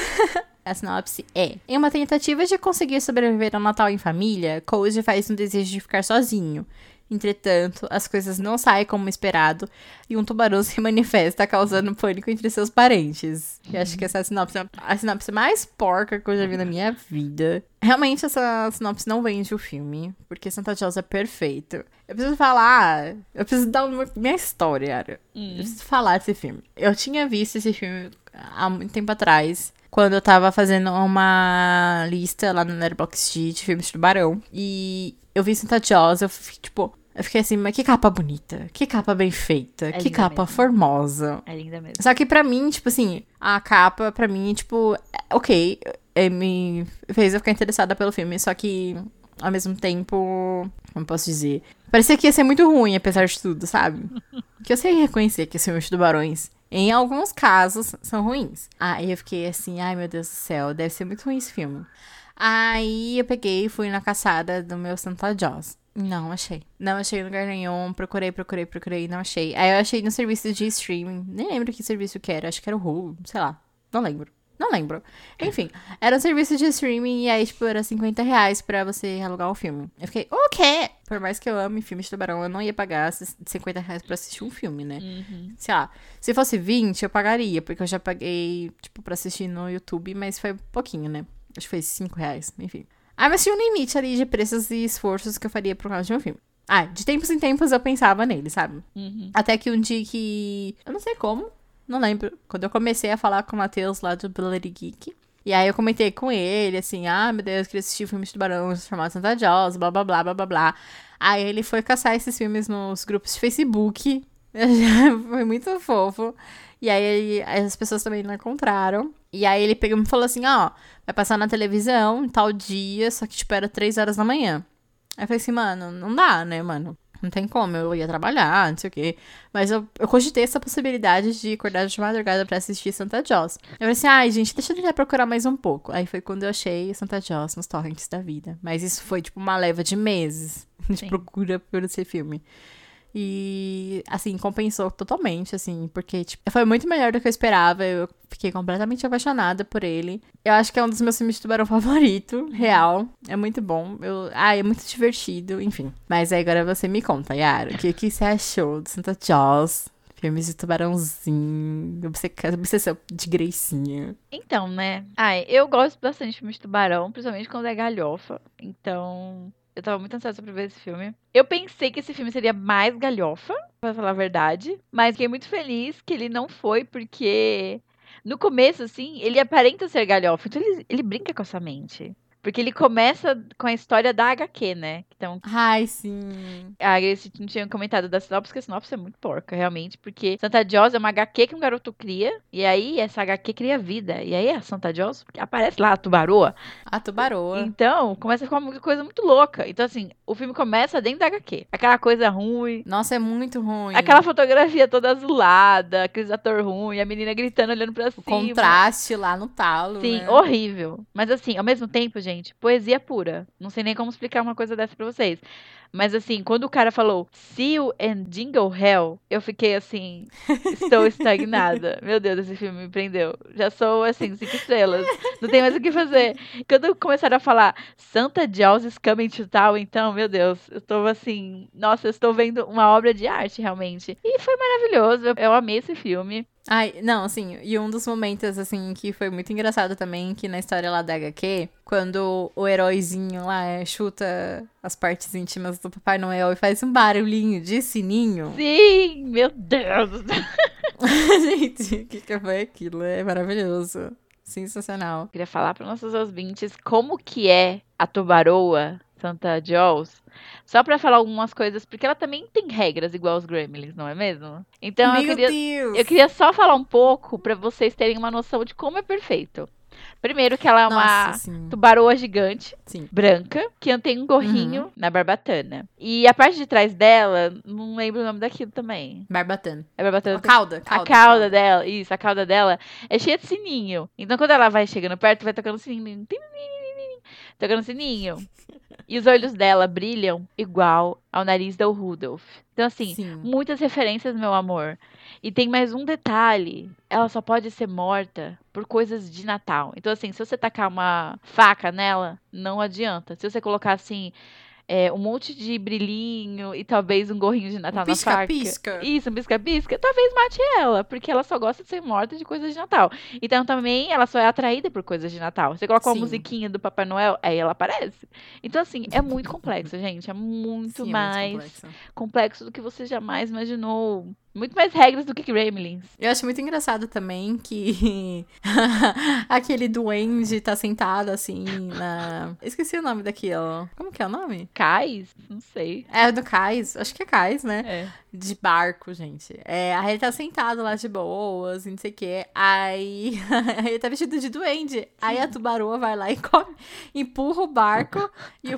A sinopse é: em uma tentativa de conseguir sobreviver ao Natal em família, Cody faz um desejo de ficar sozinho. Entretanto, as coisas não saem como esperado e um tubarão se manifesta, causando pânico entre seus parentes. Eu acho que essa é a sinopse mais porca que eu já vi na minha vida. Realmente, essa sinopse não vende o filme, porque Santa Jaws é perfeito. Eu preciso dar uma minha história, cara. Eu preciso falar desse filme. Eu tinha visto esse filme há muito tempo atrás, quando eu tava fazendo uma lista lá no Letterboxd de filmes de tubarão. E eu vi Santa Jaws, eu fiquei assim, mas que capa bonita, que capa bem feita, que capa formosa. É linda mesmo. Só que pra mim, tipo assim, a capa, pra mim, tipo, ok, me fez eu ficar interessada pelo filme, só que, ao mesmo tempo, como posso dizer, parecia que ia ser muito ruim, apesar de tudo, sabe? Que eu sei reconhecer que os filmes de tubarões, em alguns casos, são ruins. Aí eu fiquei assim, ai meu Deus do céu, deve ser muito ruim esse filme. Aí eu peguei e fui na caçada do meu Santa Jaws. Não achei. Não achei em lugar nenhum. Procurei, não achei. Aí eu achei no serviço de streaming. Nem lembro que serviço que era. Acho que era o Hulu, sei lá. Não lembro. Enfim, era um serviço de streaming e aí, tipo, era R$50 pra você alugar o filme. Eu fiquei, o quê? Por mais que eu ame filmes de tubarão, eu não ia pagar R$50 pra assistir um filme, né? Sei lá, se fosse 20, eu pagaria, porque eu já paguei, tipo, pra assistir no YouTube, mas foi pouquinho, né? Acho que foi R$5, enfim. Ah, mas tinha um limite ali de preços e esforços que eu faria por causa de um filme. Ah, de tempos em tempos eu pensava nele, sabe? Até que um dia que... eu não sei como, não lembro. Quando eu comecei a falar com o Matheus lá do Bloody Geek. E aí eu comentei com ele, assim, ah, meu Deus, eu queria assistir filmes de tubarão chamado Santa Jaws, blá, blá, blá, blá, blá, blá. Aí ele foi caçar esses filmes nos grupos de Facebook. Foi muito fofo. E aí as pessoas também não encontraram. E aí ele pegou e me falou assim, ó, vai passar na televisão, tal dia, só que tipo era 3 horas da manhã. Aí eu falei assim, mano, não dá, né, mano? não tem como, eu ia trabalhar, não sei o quê. Mas eu cogitei essa possibilidade de acordar de madrugada pra assistir Santa Jaws. Eu falei assim, ai, gente, deixa eu tentar procurar mais um pouco. Aí foi quando eu achei Santa Jaws nos torrents da vida. Mas isso foi, tipo, uma leva de meses de procura por esse filme. E, assim, compensou totalmente, assim, porque, tipo, foi muito melhor do que eu esperava. Eu fiquei completamente apaixonada por ele. Eu acho que é um dos meus filmes de tubarão favorito, real. É muito bom. É muito divertido, enfim. Mas aí agora você me conta, Yara, o que você achou do Santa Jaws? Filmes de tubarãozinho, obsessão de Gracinha. Então, né? Eu gosto bastante de filmes de tubarão, principalmente quando é galhofa. Então... eu tava muito ansiosa pra ver esse filme. Eu pensei que esse filme seria mais galhofa, pra falar a verdade. Mas fiquei muito feliz que ele não foi, porque no começo, assim, ele aparenta ser galhofa. Então ele brinca com essa mente. Porque ele começa com a história da HQ, né? Então, ai, sim. a Grace não tinha comentado da sinopse, porque a sinopse é muito porca, realmente. Porque Santa Jaws é uma HQ que um garoto cria. E aí, essa HQ cria vida. E aí, a Santa Jaws aparece lá, a tubaroa. A tubaroa. Então, começa a ficar uma coisa muito louca. Então, assim, o filme começa dentro da HQ. Aquela coisa ruim. Nossa, é muito ruim. Aquela fotografia toda azulada, aqueles atores ruins, a menina gritando, olhando pra cima. O contraste lá no talo, sim, né? horrível. Mas assim, ao mesmo tempo, gente, poesia pura. Não sei nem como explicar uma coisa dessa pra vocês. Mas assim, quando o cara falou See You and Jingle Hell, eu fiquei assim, estou estagnada. Meu Deus, esse filme me prendeu. Já sou assim, 5 estrelas. Não tem mais o que fazer. Quando começaram a falar Santa Jaws is coming to town, então, meu Deus, eu tô assim, nossa, eu estou vendo uma obra de arte, realmente. E foi maravilhoso, eu amei esse filme. Ai, não, assim, e um dos momentos, assim, que foi muito engraçado também, que na história lá da HQ, quando o heróizinho lá chuta as partes íntimas do Papai Noel e faz um barulhinho de sininho. Sim, meu Deus. Gente, o que foi aquilo? É maravilhoso. Sensacional. Queria falar para nossos ouvintes como que é a tubaroa Santa Jaws, só pra falar algumas coisas, porque ela também tem regras igual os Gremlins, não é mesmo? Então eu queria só falar um pouco pra vocês terem uma noção de como é perfeito. Primeiro que ela é uma tubaroa gigante, branca, que tem um gorrinho na barbatana. E a parte de trás dela, não lembro o nome daquilo também. Barbatana. É barbatana. A cauda dela, isso, a cauda dela é cheia de sininho. Então quando ela vai chegando perto, vai tocando sininho. Tocando sininho. E os olhos dela brilham igual ao nariz do Rudolph. Então, assim, muitas referências, meu amor. E tem mais um detalhe. Ela só pode ser morta por coisas de Natal. Então, assim, se você tacar uma faca nela, não adianta. Se você colocar, assim, um monte de brilhinho e talvez um gorrinho de Natal na faca. Pisca-pisca. Isso, um pisca-pisca. Talvez mate ela, porque ela só gosta de ser morta de coisas de Natal. Então também ela só é atraída por coisas de Natal. Você coloca uma musiquinha do Papai Noel, aí ela aparece. Então assim, é muito complexo, gente. É muito mais complexo do que você jamais imaginou. Muito mais regras do que Gremlins. Eu acho muito engraçado também que aquele duende tá sentado assim na... Esqueci o nome daquilo. Como que é o nome? Cais? Não sei. É do Cais. Acho que é Cais, né? É. De barco, gente. Aí ele tá sentado lá de boas, não sei o quê. Aí ele tá vestido de duende. Aí a tubaroa vai lá e empurra o barco e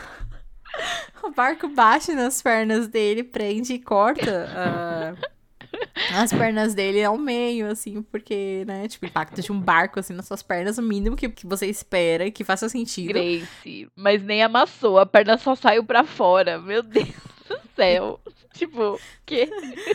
o barco bate nas pernas dele, prende e corta as pernas dele ao meio, assim, porque, né, tipo, o impacto de um barco, assim, nas suas pernas, o mínimo que você espera, que faça sentido. Grace, mas nem amassou, a perna só saiu pra fora, meu Deus do céu. Tipo, que?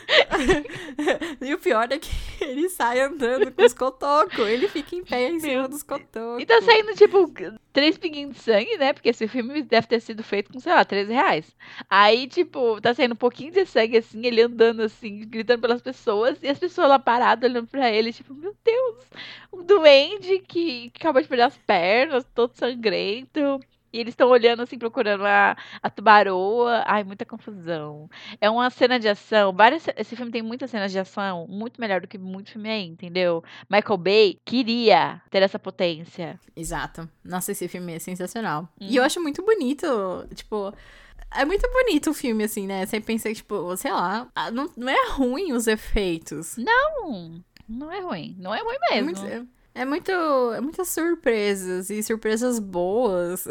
E o pior é que ele sai andando com os cotocos. Ele fica em pé em cima dos cotocos. E tá saindo, tipo, 3 pinguinhos de sangue, né? Porque esse filme deve ter sido feito com, sei lá, R$13. Aí, tipo, tá saindo um pouquinho de sangue, assim, ele andando, assim, gritando pelas pessoas. E as pessoas lá paradas, olhando pra ele, tipo, meu Deus, um duende que acabou de perder as pernas, todo sangrento. E eles estão olhando, assim, procurando a tubaroa. Ai, muita confusão. É uma cena de ação. Esse filme tem muitas cenas de ação. Muito melhor do que muito filme aí, entendeu? Michael Bay queria ter essa potência. Exato. Nossa, esse filme é sensacional. E eu acho muito bonito, tipo... É muito bonito o filme, assim, né? Você pensa que, tipo, sei lá... Não é ruim os efeitos. Não é ruim. Não é ruim mesmo. muitas surpresas e surpresas boas.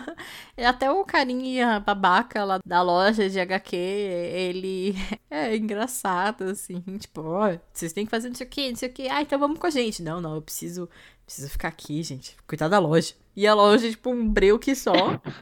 E até o carinha babaca lá da loja de HQ, ele é engraçado, assim. Tipo, ó, vocês têm que fazer não sei o que, não sei o que. Ah, então vamos com a gente. Não, eu preciso ficar aqui, gente. Cuidar da loja. E a loja, tipo, um breu que só.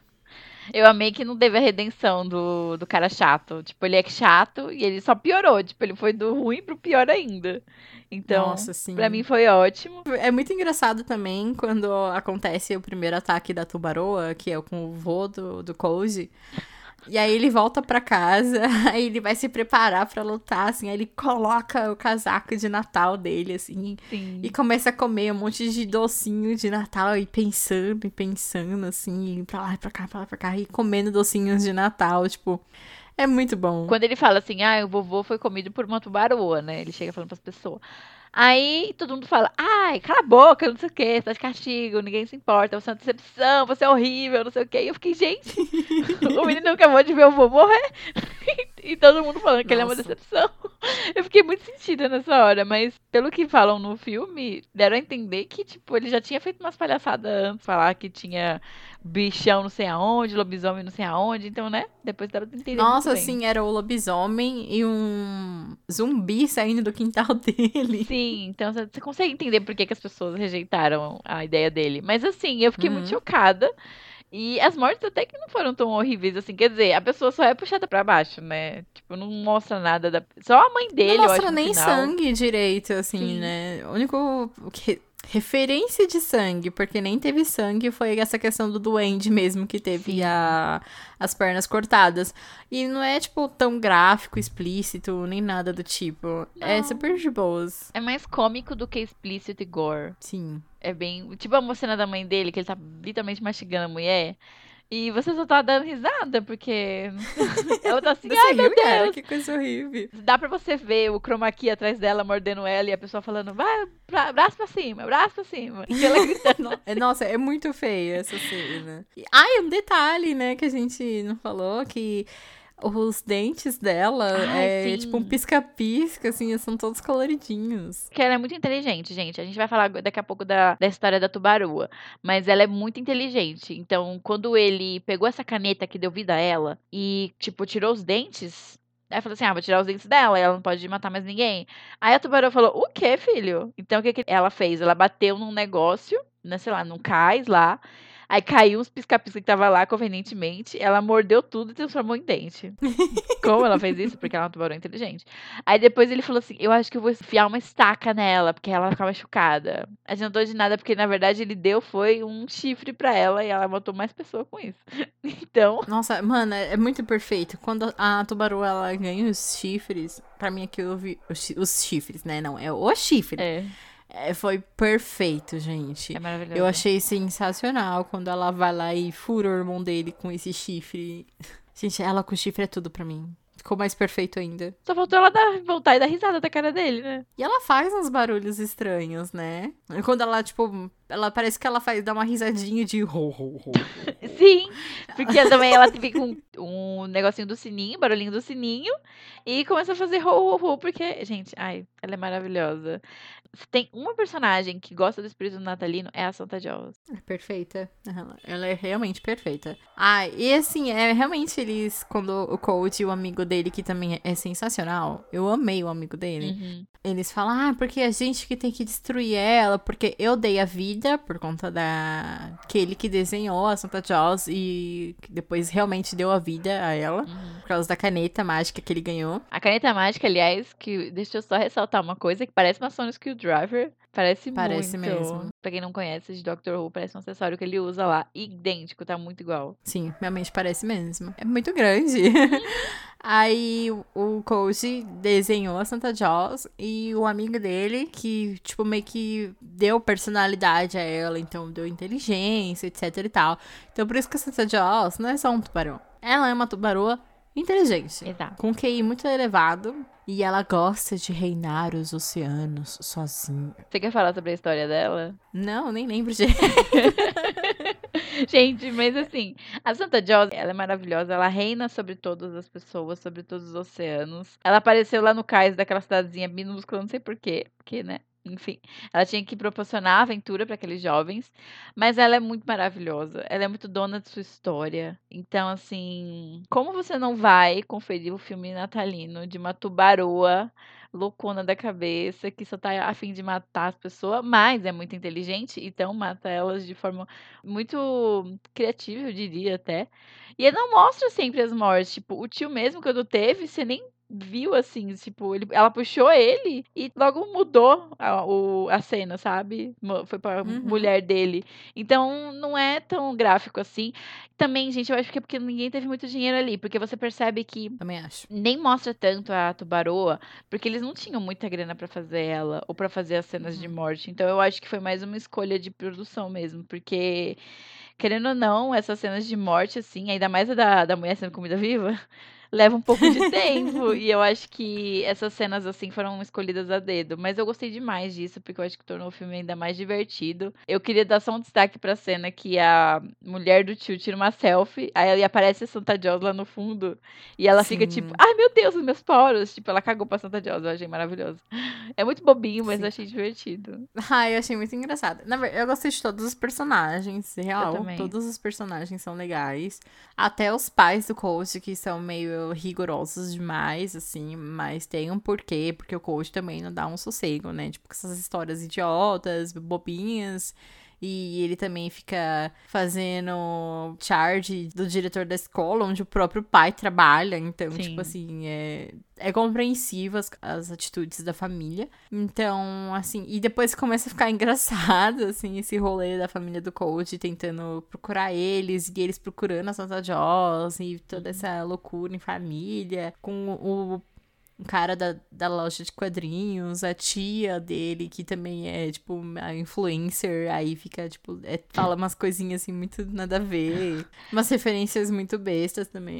Eu amei que não teve a redenção do cara chato. Tipo, ele é chato e ele só piorou. Tipo, ele foi do ruim pro pior ainda. Então, Nossa, sim. pra mim foi ótimo. É muito engraçado também quando acontece o primeiro ataque da Tubaroa, que é com o vô do Koji. E aí ele volta pra casa, aí ele vai se preparar pra lutar, assim, aí ele coloca o casaco de Natal dele, assim, Sim. e começa a comer um monte de docinho de Natal, e pensando, assim, e pra lá e pra cá, e comendo docinhos de Natal, tipo, é muito bom. Quando ele fala assim, o vovô foi comido por uma tubaroa, né? Ele chega falando pras pessoas. Aí todo mundo fala, ai, cala a boca, não sei o que, você tá de castigo, ninguém se importa, você é uma decepção, você é horrível, não sei o que. E eu fiquei, gente, o menino acabou de ver o vovô morrer. E todo mundo falando que ele é uma decepção. Eu fiquei muito sentida nessa hora, mas pelo que falam no filme, deram a entender que, tipo, ele já tinha feito umas palhaçadas antes, falar que tinha bichão não sei aonde, lobisomem não sei aonde, então, né? Depois deram a entender Nossa, muito bem. assim, era o lobisomem e um zumbi saindo do quintal dele. Sim, então você consegue entender por que as pessoas rejeitaram a ideia dele. Mas assim, eu fiquei muito chocada. E as mortes até que não foram tão horríveis assim. Quer dizer, a pessoa só é puxada pra baixo, né? Tipo, não mostra nada da. Só a mãe dele, Não eu acho, mostra no nem final. sangue direito, assim, Sim. né? O único referência de sangue, porque nem teve sangue, foi essa questão do duende mesmo, que teve as pernas cortadas. E não é, tipo, tão gráfico, explícito, nem nada do tipo. É super de boas. É mais cômico do que explícito e gore. Sim. É bem. Tipo a cena da mãe dele, que ele tá literalmente mastigando a mulher. E você só tá dando risada, porque ela tá assim, ai meu Cara, Deus. que coisa horrível. Dá pra você ver o chroma key atrás dela, mordendo ela, e a pessoa falando, vai, braço pra cima, braço pra cima. E ela gritando. Nossa, é muito feia essa cena. Um detalhe, né, que a gente não falou, que os dentes dela Sim. tipo um pisca-pisca, assim, são todos coloridinhos. Que ela é muito inteligente, gente. A gente vai falar daqui a pouco da história da Tubaroa. Mas ela é muito inteligente. Então, quando ele pegou essa caneta que deu vida a ela e, tipo, tirou os dentes. Aí falou assim: vou tirar os dentes dela, ela não pode matar mais ninguém. Aí a Tubaroa falou: o quê, filho? Então, o que ela fez? Ela bateu num negócio, né, sei lá, num cais lá. Aí caiu uns pisca-pisca que tava lá, convenientemente. Ela mordeu tudo e transformou em dente. Como ela fez isso? Porque ela é uma tubarão inteligente. Aí depois ele falou assim: eu acho que eu vou enfiar uma estaca nela, porque ela vai ficar machucada. Adiantou de nada, porque na verdade ele foi um chifre pra ela e ela matou mais pessoas com isso. Então. Nossa, mano, é muito perfeito. Quando a Tubaru ela ganha os chifres, pra mim aqui eu vi os chifres, né? Não, é o chifre. Foi perfeito, gente. É maravilhoso. Eu achei sensacional quando ela vai lá e fura o irmão dele com esse chifre. Gente, ela com chifre é tudo pra mim. Ficou mais perfeito ainda. Só faltou ela voltar e dar risada da cara dele, né? E ela faz uns barulhos estranhos, né? Quando ela, tipo, ela parece que ela dá uma risadinha de ho. Sim, porque também ela fica com um negocinho do sininho, barulhinho do sininho, e começa a fazer ho, porque, gente, ela é maravilhosa. Se tem uma personagem que gosta do espírito natalino, é a Santa Jaws. É perfeita. Ela é realmente perfeita. E assim, realmente eles, quando o Cold, o amigo dele, que também é sensacional, eu amei o amigo dele. Eles falam, porque a gente que tem que destruir ela, porque eu dei a vida por conta daquele que desenhou a Santa Jaws e depois realmente deu a vida a ela, por causa da caneta mágica que ele ganhou. A caneta mágica, aliás, que deixa eu só ressaltar uma coisa, que parece uma Sonic Screwdriver. Parece muito. Mesmo. Pra quem não conhece de Doctor Who, parece um acessório que ele usa lá. Idêntico, tá muito igual. Sim, realmente parece mesmo. É muito grande. Aí o Coach desenhou a Santa Jaws e o amigo dele, que, tipo, meio que deu personalidade a ela, então deu inteligência, etc e tal. Então por isso que a Santa Jaws não é só um tubarão. Ela é uma tubaroa inteligente. Exato. Com QI muito elevado. E ela gosta de reinar os oceanos sozinha. Você quer falar sobre a história dela? Não, nem lembro de... Gente, mas assim, a Santa Jaws, ela é maravilhosa. Ela reina sobre todas as pessoas, sobre todos os oceanos. Ela apareceu lá no cais daquela cidadezinha minúscula, não sei porquê. Porque, né? enfim, ela tinha que proporcionar aventura para aqueles jovens, mas ela é muito maravilhosa, ela é muito dona de sua história. Então, assim, como você não vai conferir o filme natalino de uma tubaroa loucona da cabeça, que só tá a fim de matar as pessoas, mas é muito inteligente, então mata elas de forma muito criativa, eu diria até. E ele não mostra sempre as mortes, tipo, o tio mesmo quando teve, você nem viu assim, tipo, ela puxou ele e logo mudou a cena, sabe? Foi pra mulher dele. Então não é tão gráfico assim. Também, gente, eu acho que é porque ninguém teve muito dinheiro ali, porque você percebe que Também acho. nem mostra tanto a tubaroa, porque eles não tinham muita grana pra fazer ela ou pra fazer as cenas de morte. Então eu acho que foi mais uma escolha de produção mesmo, porque querendo ou não, essas cenas de morte assim, ainda mais a da mulher sendo comida viva, leva um pouco de tempo. E eu acho que essas cenas, assim, foram escolhidas a dedo. Mas eu gostei demais disso, porque eu acho que tornou o filme ainda mais divertido. Eu queria dar só um destaque pra cena que a mulher do tio tira uma selfie, aí aparece a Santa Claus lá no fundo. E ela fica tipo, ai meu Deus, os meus poros. Tipo, ela cagou pra Santa Claus, eu achei maravilhoso. É muito bobinho, mas eu achei divertido. Ai, eu achei muito engraçado. Na verdade, eu gostei de todos os personagens, real. também. Todos os personagens são legais. Até os pais do Coach, que são meio rigorosos demais, assim, mas tem um porquê, porque o Coach também não dá um sossego, né? Tipo, com essas histórias idiotas, bobinhas. E ele também fica fazendo charge do diretor da escola, onde o próprio pai trabalha. Então, Sim. tipo assim, é compreensível as atitudes da família. Então, assim, e depois começa a ficar engraçado, assim, esse rolê da família do Coach tentando procurar eles, e eles procurando a Santa Claus, e toda essa loucura em família, com o cara da loja de quadrinhos, a tia dele, que também é, tipo, a influencer, aí fica, tipo, fala umas coisinhas, assim, muito nada a ver. Umas referências muito bestas também.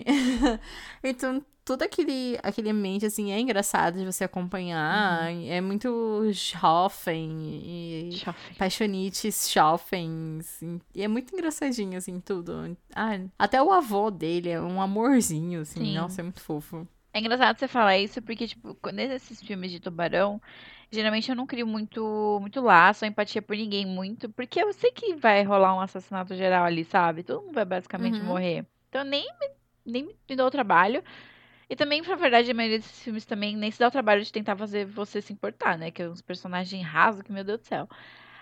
Então, todo aquele ambiente, assim, é engraçado de você acompanhar. É muito jovem e paixonites jovens. Assim, e é muito engraçadinho, assim, tudo. Até o avô dele é um amorzinho, assim. Sim. Nossa, é muito fofo. É engraçado você falar isso, porque, tipo, nesses filmes de tubarão, geralmente eu não crio muito laço, empatia por ninguém muito, porque eu sei que vai rolar um assassinato geral ali, sabe? Todo mundo vai basicamente morrer. Então eu nem me dou o trabalho. E também, na verdade, a maioria desses filmes também nem se dá o trabalho de tentar fazer você se importar, né? Que é uns personagens rasos que, meu Deus do céu.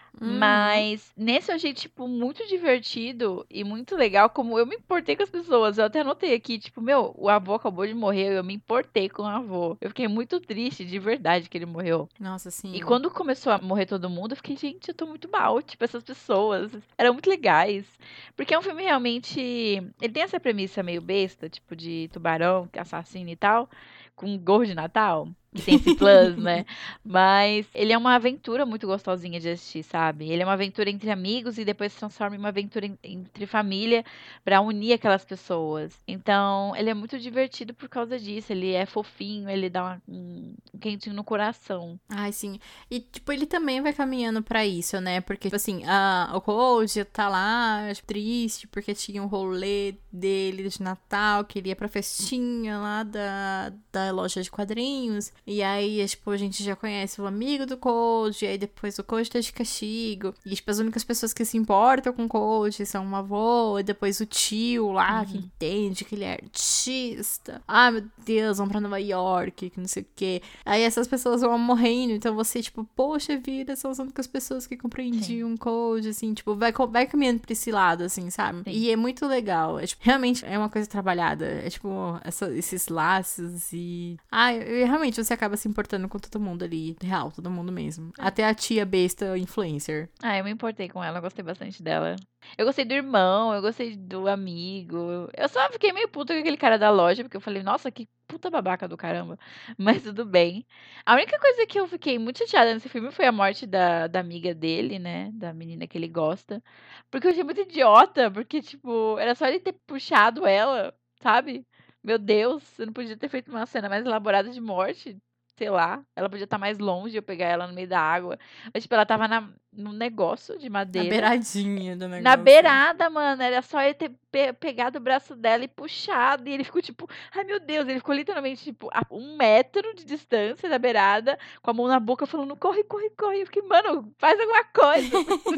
Mas nesse eu achei, tipo, muito divertido e muito legal como eu me importei com as pessoas. Eu até anotei aqui, tipo, meu, o avô acabou de morrer, eu me importei com o avô. Eu fiquei muito triste, de verdade, que ele morreu. Nossa, sim. E quando começou a morrer todo mundo, eu fiquei, gente, eu tô muito mal. Tipo, essas pessoas eram muito legais. Porque é um filme realmente. Ele tem essa premissa meio besta, tipo, de tubarão, assassino e tal, com gorro de Natal. Que tem esse plus, né? Mas ele é uma aventura muito gostosinha de assistir, sabe? Ele é uma aventura entre amigos e depois se transforma em uma aventura entre família pra unir aquelas pessoas. Então, ele é muito divertido por causa disso. Ele é fofinho, ele dá um quentinho no coração. Ai, sim. E, tipo, ele também vai caminhando pra isso, né? Porque, tipo assim, o Cold tá lá, tipo, triste, porque tinha um rolê dele de Natal, que ele ia pra festinha lá da loja de quadrinhos. E aí, tipo, a gente já conhece o amigo do Cold, e aí depois o Cold tá de castigo. E, tipo, as únicas pessoas que se importam com o Cold são o avô, e depois o tio lá, que entende que ele é artista. Ai, meu Deus, vão pra Nova York, que não sei o quê. Aí essas pessoas vão morrendo, então você, tipo, poxa vida, são as únicas pessoas que compreendiam o Cold, assim, tipo, vai caminhando pra esse lado, assim, sabe? E é muito legal. É, tipo, realmente é uma coisa trabalhada. É, tipo, esses laços e... realmente você acaba se importando com todo mundo ali. Real, todo mundo mesmo. Até a tia besta influencer. Eu me importei com ela, eu gostei bastante dela. Eu gostei do irmão, eu gostei do amigo. Eu só fiquei meio puta com aquele cara da loja, porque eu falei, nossa, que puta babaca do caramba. Mas tudo bem. A única coisa que eu fiquei muito chateada nesse filme foi a morte da amiga dele, né? Da menina que ele gosta. Porque eu achei muito idiota, porque, tipo, era só ele ter puxado ela, sabe? Meu Deus, você não podia ter feito uma cena mais elaborada de morte? sei lá. Ela podia estar mais longe, eu pegar ela no meio da água. Mas, tipo, ela tava num negócio de Na madeira. beiradinha do negócio. Na beirada, mano. Era só ele ter pegado o braço dela e puxado. E ele ficou, tipo, ai meu Deus. Ele ficou literalmente, tipo, a 1 metro de distância da beirada, com a mão na boca, falando, corre, corre, corre. Eu fiquei, mano, faz alguma coisa.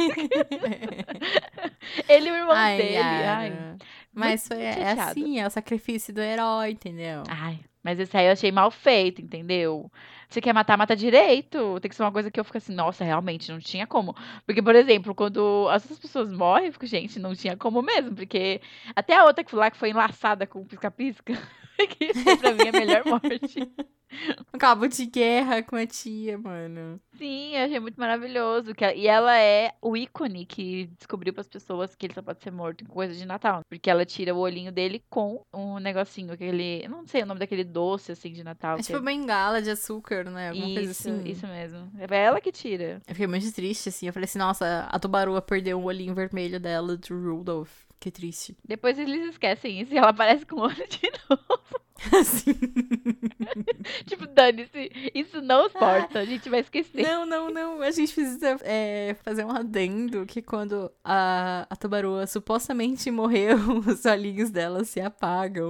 Ele e o irmão dele. Yara. Ai, Mas muito é chateado. assim, é o sacrifício do herói, entendeu? Ai, mas esse aí eu achei mal feito, entendeu? Você quer matar, mata direito. Tem que ser uma coisa que eu fico assim, nossa, realmente, não tinha como. Porque, por exemplo, quando as outras pessoas morrem, eu fico, gente, não tinha como mesmo. Porque até a outra que foi lá, que foi enlaçada com o pisca-pisca, que foi pra mim a melhor morte. Um cabo de guerra com a tia, mano. Sim, eu achei muito maravilhoso. E ela é o ícone que descobriu pras pessoas que ele só pode ser morto em coisa de Natal. Porque ela tira o olhinho dele com um negocinho, aquele. Eu não sei o nome daquele doce assim de Natal. É tipo bengala de açúcar, né? Alguma coisa Isso, assim. isso mesmo. É ela que tira. Eu fiquei muito triste, assim. Eu falei assim, nossa, a tubaroa perdeu o olhinho vermelho dela do Rudolph. Que triste. Depois eles esquecem isso e ela aparece com o olho de novo. Assim. Tipo, dane-se. Isso não importa. A gente vai esquecer. Não. A gente precisa fazer um adendo que quando a tubaroa supostamente morreu, os olhinhos dela se apagam.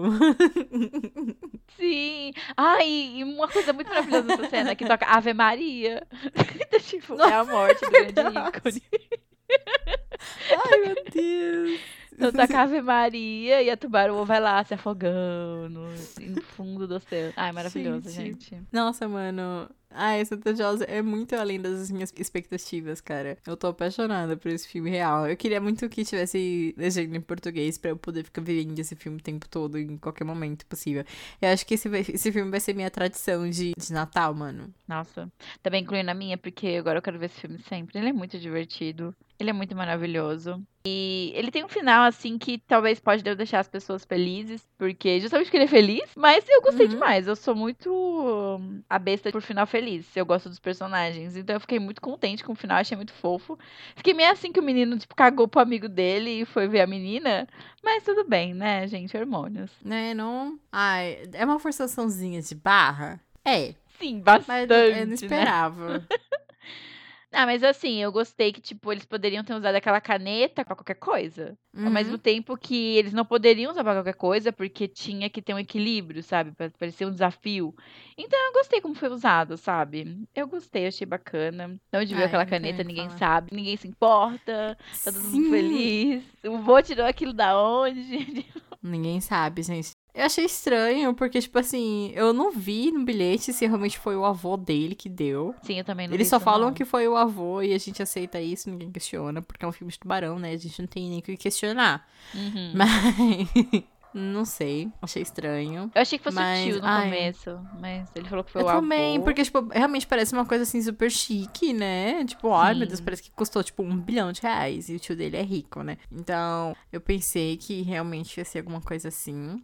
Sim. Ai, e uma coisa muito maravilhosa nessa cena que toca Ave Maria. Então, tipo, é a morte do grande ícone. Ai, meu Deus. Então toca Ave Maria e a tubarão vai lá se afogando no fundo do oceano. Ai, maravilhoso, gente. Nossa, mano. Ai, Santa Claus é muito além das minhas expectativas, cara. Eu tô apaixonada por esse filme real. Eu queria muito que tivesse legenda em português pra eu poder ficar vendo esse filme o tempo todo, em qualquer momento possível. Eu acho que esse filme vai ser minha tradição de Natal, mano. Nossa, também incluindo a minha, porque agora eu quero ver esse filme sempre. Ele é muito divertido. Ele é muito maravilhoso. E ele tem um final, assim, que talvez pode deixar as pessoas felizes, porque justamente porque ele é feliz, mas eu gostei demais. Eu sou muito a besta por final feliz. Eu gosto dos personagens. Então eu fiquei muito contente com o final, achei muito fofo. Fiquei meio assim que o menino, tipo, cagou pro amigo dele e foi ver a menina. Mas tudo bem, né, gente? Hormônios. Né, não? Ai, é uma forçaçãozinha de barra? É. Sim, bastante. Mas eu não esperava. Né? Ah, mas assim, eu gostei que, tipo, eles poderiam ter usado aquela caneta pra qualquer coisa. Ao mesmo tempo que eles não poderiam usar pra qualquer coisa, porque tinha que ter um equilíbrio, sabe? Pra parecer um desafio. Então eu gostei como foi usado, sabe? Eu gostei, achei bacana. Então onde viu aquela caneta, ninguém sabe, ninguém se importa, tá todo mundo feliz. O vô tirou aquilo da onde? Ninguém sabe, gente. Eu achei estranho, porque, tipo assim, eu não vi no bilhete se realmente foi o avô dele que deu. Sim, eu também não Eles vi só isso, falam não. que foi o avô e a gente aceita isso, ninguém questiona, porque é um filme de tubarão, né? A gente não tem nem o que questionar. Mas... não sei, achei estranho. Eu achei que fosse mas, o tio no começo, mas ele falou que foi eu o avô. também, porque, tipo, realmente parece uma coisa, assim, super chique, né? Tipo, ai, meu Deus, parece que custou, tipo, R$1 bilhão. E o tio dele é rico, né? Então, eu pensei que realmente ia ser alguma coisa assim.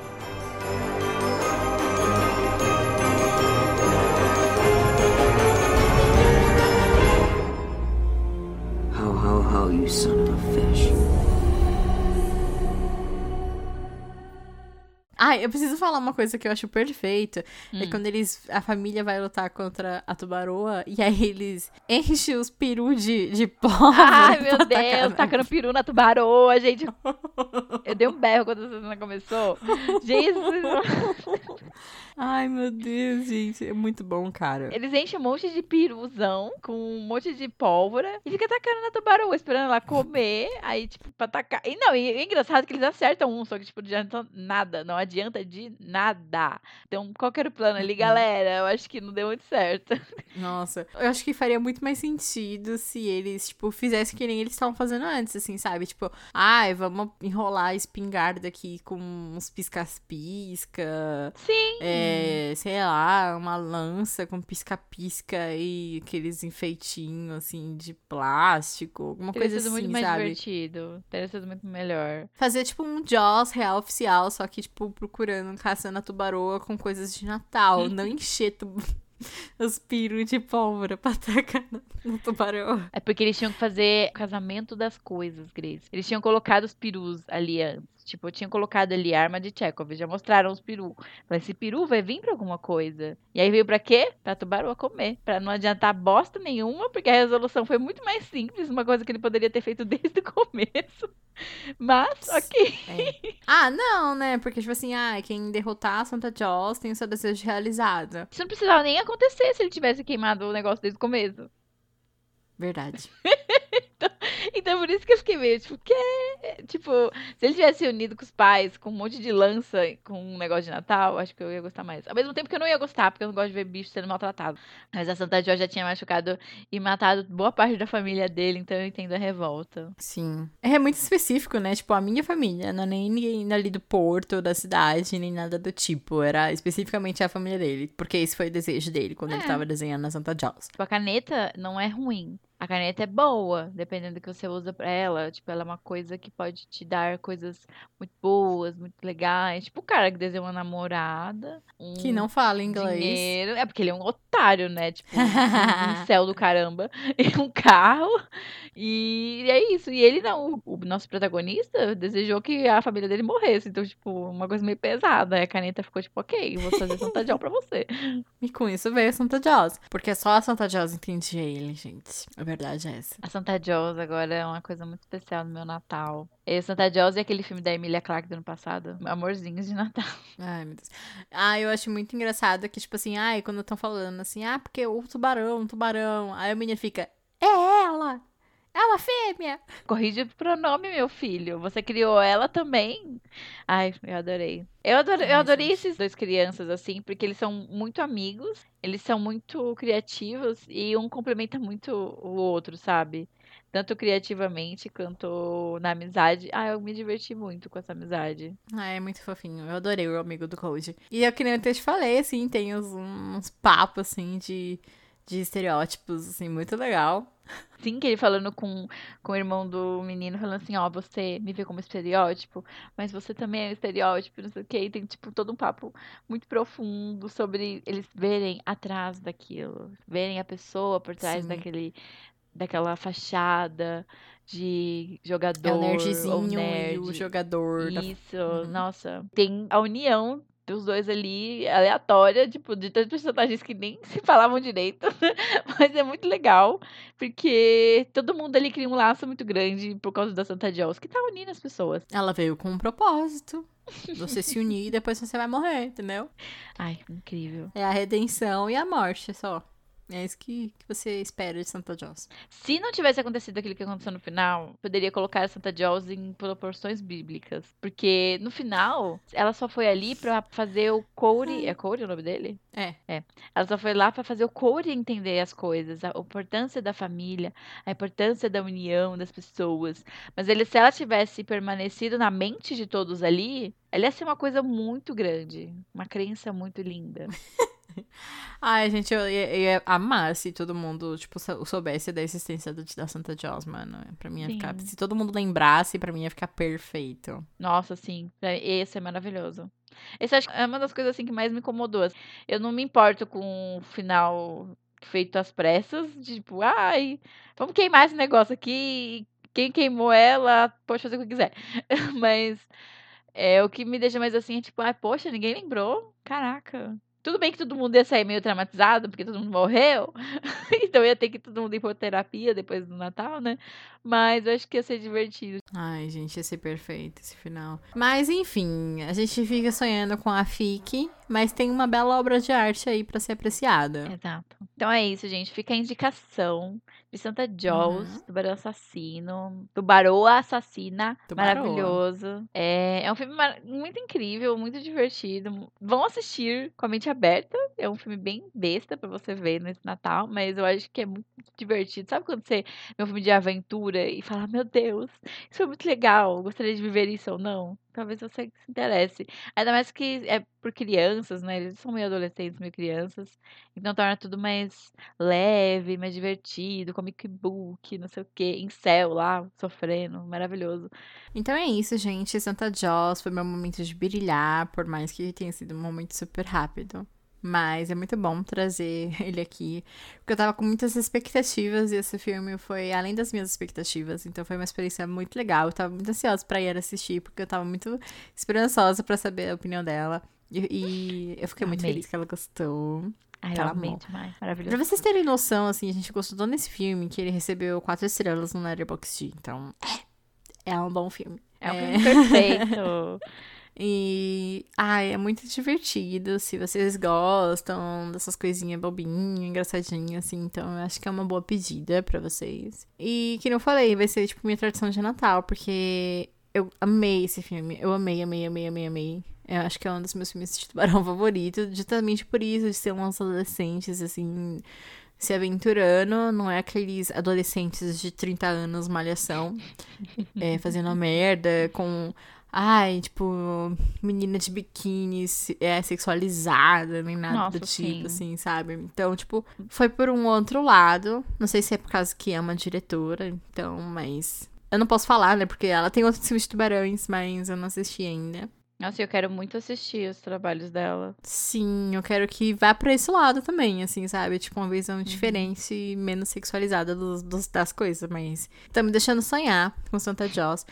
Ho, ho, ho, you son of a fish. Ai, eu preciso falar uma coisa que eu acho perfeita. É quando a família vai lutar contra a tubaroa e aí eles enchem os perus de pólvora. Ai, meu Deus, tacando peru na tubaroa, gente. Eu dei um berro quando essa cena começou. Jesus. Ai, meu Deus, gente. É muito bom, cara. Eles enchem um monte de peruzão com um monte de pólvora e fica tacando na tubaroa, esperando ela comer. Aí, tipo, pra tacar. E não, e é engraçado que eles acertam um, só que, tipo, não adianta nada. Não adianta de nada. Então, qual que era o plano ali, galera? Eu acho que não deu muito certo. Nossa, eu acho que faria muito mais sentido se eles, tipo, fizessem que nem eles estavam fazendo antes, assim, sabe? Tipo, ai, vamos enrolar a espingarda aqui com uns pisca-pisca. Sim. Sei lá, uma lança com pisca-pisca e aqueles enfeitinhos, assim, de plástico, alguma coisa assim, muito mais sabe? divertido. Teria sido muito melhor. Fazer, tipo, um Jaws real oficial, só que, tipo, procurando, caçando a tubaroa com coisas de Natal. Não encher os pirus de pólvora pra atacar no tubarão. É porque eles tinham que fazer o casamento das coisas, Grace. Eles tinham colocado os perus ali antes. Tipo, eu tinha colocado ali arma de Chekhov, já mostraram os peru. Falei, esse peru vai vir pra alguma coisa. E aí veio pra quê? Pra Tubarão comer. Pra não adiantar bosta nenhuma, porque a resolução foi muito mais simples, uma coisa que ele poderia ter feito desde o começo. Mas, ok. Ah, não, né? Porque, tipo assim, quem derrotar a Santa Jaws tem o seu desejo realizado. Isso não precisava nem acontecer se ele tivesse queimado o negócio desde o começo. Verdade. Então, por isso que eu fiquei meio, tipo, tipo, se ele tivesse unido com os pais, com um monte de lança, com um negócio de Natal, acho que eu ia gostar mais. Ao mesmo tempo que eu não ia gostar, porque eu não gosto de ver bicho sendo maltratado. Mas a Santa Jaws já tinha machucado e matado boa parte da família dele, então eu entendo a revolta. Sim. É muito específico, né? Tipo, a minha família, não é nem ninguém ali do porto, da cidade, nem nada do tipo. Era especificamente a família dele, porque esse foi o desejo dele quando ele tava desenhando a Santa Jaws. Tipo, a caneta não é ruim. A caneta é boa, dependendo do que você usa pra ela. Tipo, ela é uma coisa que pode te dar coisas muito boas, muito legais. Tipo, o cara que desenha uma namorada. Que não fala inglês. Dinheiro. É porque ele é um otário, né? Tipo, um céu do caramba. E um carro. E é isso. E ele não. O nosso protagonista desejou que a família dele morresse. Então, tipo, uma coisa meio pesada. Aí a caneta ficou tipo, ok, vou fazer Santa Jaws pra você. E com isso veio a Santa Jaws. Porque só a Santa Jaws entendia ele, gente. A verdade é essa. A Santa Jaws agora é uma coisa muito especial no meu Natal. E Santa Jaws é aquele filme da Emilia Clarke do ano passado. Amorzinhos de Natal. Ai, meu Deus. Eu acho muito engraçado que, tipo assim, quando estão falando assim, porque o tubarão. Aí a menina fica, é ela! É uma fêmea! Corrige o pronome, meu filho. Você criou ela também. Ai, eu adorei. Eu adorei esses dois crianças, assim, porque eles são muito amigos, eles são muito criativos e um complementa muito o outro, sabe? Tanto criativamente quanto na amizade. Eu me diverti muito com essa amizade. É muito fofinho. Eu adorei o amigo do Cody. E eu que nem eu te falei, assim, tem uns papos, assim, de estereótipos, assim, muito legal. Sim, que ele falando com o irmão do menino, falando assim, você me vê como estereótipo, mas você também é um estereótipo, não sei o quê. E tem, tipo, todo um papo muito profundo sobre eles verem atrás daquilo, verem a pessoa por trás daquela fachada de jogador. É o nerdzinho ou nerd. e o jogador. Isso, nossa. Tem a união dos dois ali, aleatória, tipo, de tantos personagens que nem se falavam direito. Mas é muito legal, porque todo mundo ali cria um laço muito grande por causa da Santa Jaws, que tá unindo as pessoas. Ela veio com um propósito. Você se unir e depois você vai morrer, entendeu? Ai, incrível. É a redenção e a morte só. É isso que você espera de Santa Jaws. Se não tivesse acontecido aquilo que aconteceu no final, poderia colocar a Santa Jaws em proporções bíblicas. Porque no final, ela só foi ali pra fazer o Cody. É Cody o nome dele? É. Ela só foi lá pra fazer o Cody entender as coisas, a importância da família, a importância da união das pessoas. Mas se ela tivesse permanecido na mente de todos ali, ela ia ser uma coisa muito grande. Uma crença muito linda. Ai, gente, eu ia amar se todo mundo, tipo, soubesse da existência da Santa Jaws, mano. Pra mim ia ficar... Se todo mundo lembrasse, pra mim ia ficar perfeito. Nossa, sim. Esse é maravilhoso. Esse acho que é uma das coisas, assim, que mais me incomodou. Eu não me importo com o final feito às pressas, de, tipo, vamos queimar esse negócio aqui. Quem queimou ela pode fazer o que quiser. Mas o que me deixa mais assim é tipo, poxa, ninguém lembrou. Caraca. Tudo bem que todo mundo ia sair meio traumatizado, porque todo mundo morreu. Então ia ter que todo mundo ir por terapia depois do Natal, né? Mas eu acho que ia ser divertido. Ai, gente, ia ser perfeito esse final. Mas, enfim, a gente fica sonhando com a FIC, mas tem uma bela obra de arte aí pra ser apreciada. Exato. Então é isso, gente. Fica a indicação de Santa Jaws, Tubarão Assassino, Tubaroa Assassina, maravilhoso. É um filme muito incrível, muito divertido. Vão assistir com a mente aberta. É um filme bem besta pra você ver nesse Natal, mas eu acho que é muito divertido. Sabe quando você vê um filme de aventura e fala, meu Deus, isso foi muito legal, gostaria de viver isso ou não? Talvez você se interesse. Ainda mais que é por crianças, né? Eles são meio adolescentes, meio crianças. Então torna tudo mais leve, mais divertido, comic book, não sei o quê, em céu lá, sofrendo, maravilhoso. Então é isso, gente. Santa Jaws foi meu momento de brilhar, por mais que tenha sido um momento super rápido. Mas é muito bom trazer ele aqui, porque eu tava com muitas expectativas e esse filme foi além das minhas expectativas, então foi uma experiência muito legal. Eu tava muito ansiosa pra ir assistir, porque eu tava muito esperançosa pra saber a opinião dela. E eu fiquei muito feliz que ela gostou. Ai, eu amei demais. Maravilhoso. Pra vocês terem noção, assim, a gente gostou tanto desse filme que ele recebeu 4 estrelas no Letterboxd. Então, é um bom filme. É um filme perfeito. E, é muito divertido, se vocês gostam dessas coisinhas bobinhas, engraçadinhas, assim, então eu acho que é uma boa pedida pra vocês. E, que não falei, vai ser, tipo, minha tradição de Natal, porque eu amei esse filme, eu amei. Eu acho que é um dos meus filmes de tubarão favorito, justamente por isso, de ser uns adolescentes, assim, se aventurando, não é aqueles adolescentes de 30 anos, malhação, fazendo a merda com... tipo, menina de biquíni sexualizada, nem nada do tipo, assim, sabe? Então, tipo, foi por um outro lado. Não sei se é por causa que é uma diretora, então, mas... Eu não posso falar, né? Porque ela tem outros filmes de tubarões, mas eu não assisti ainda. Nossa, eu quero muito assistir os trabalhos dela. Sim, eu quero que vá pra esse lado também, assim, sabe? Tipo, uma visão diferente e menos sexualizada das coisas, mas... Tá me deixando sonhar com Santa Jaws.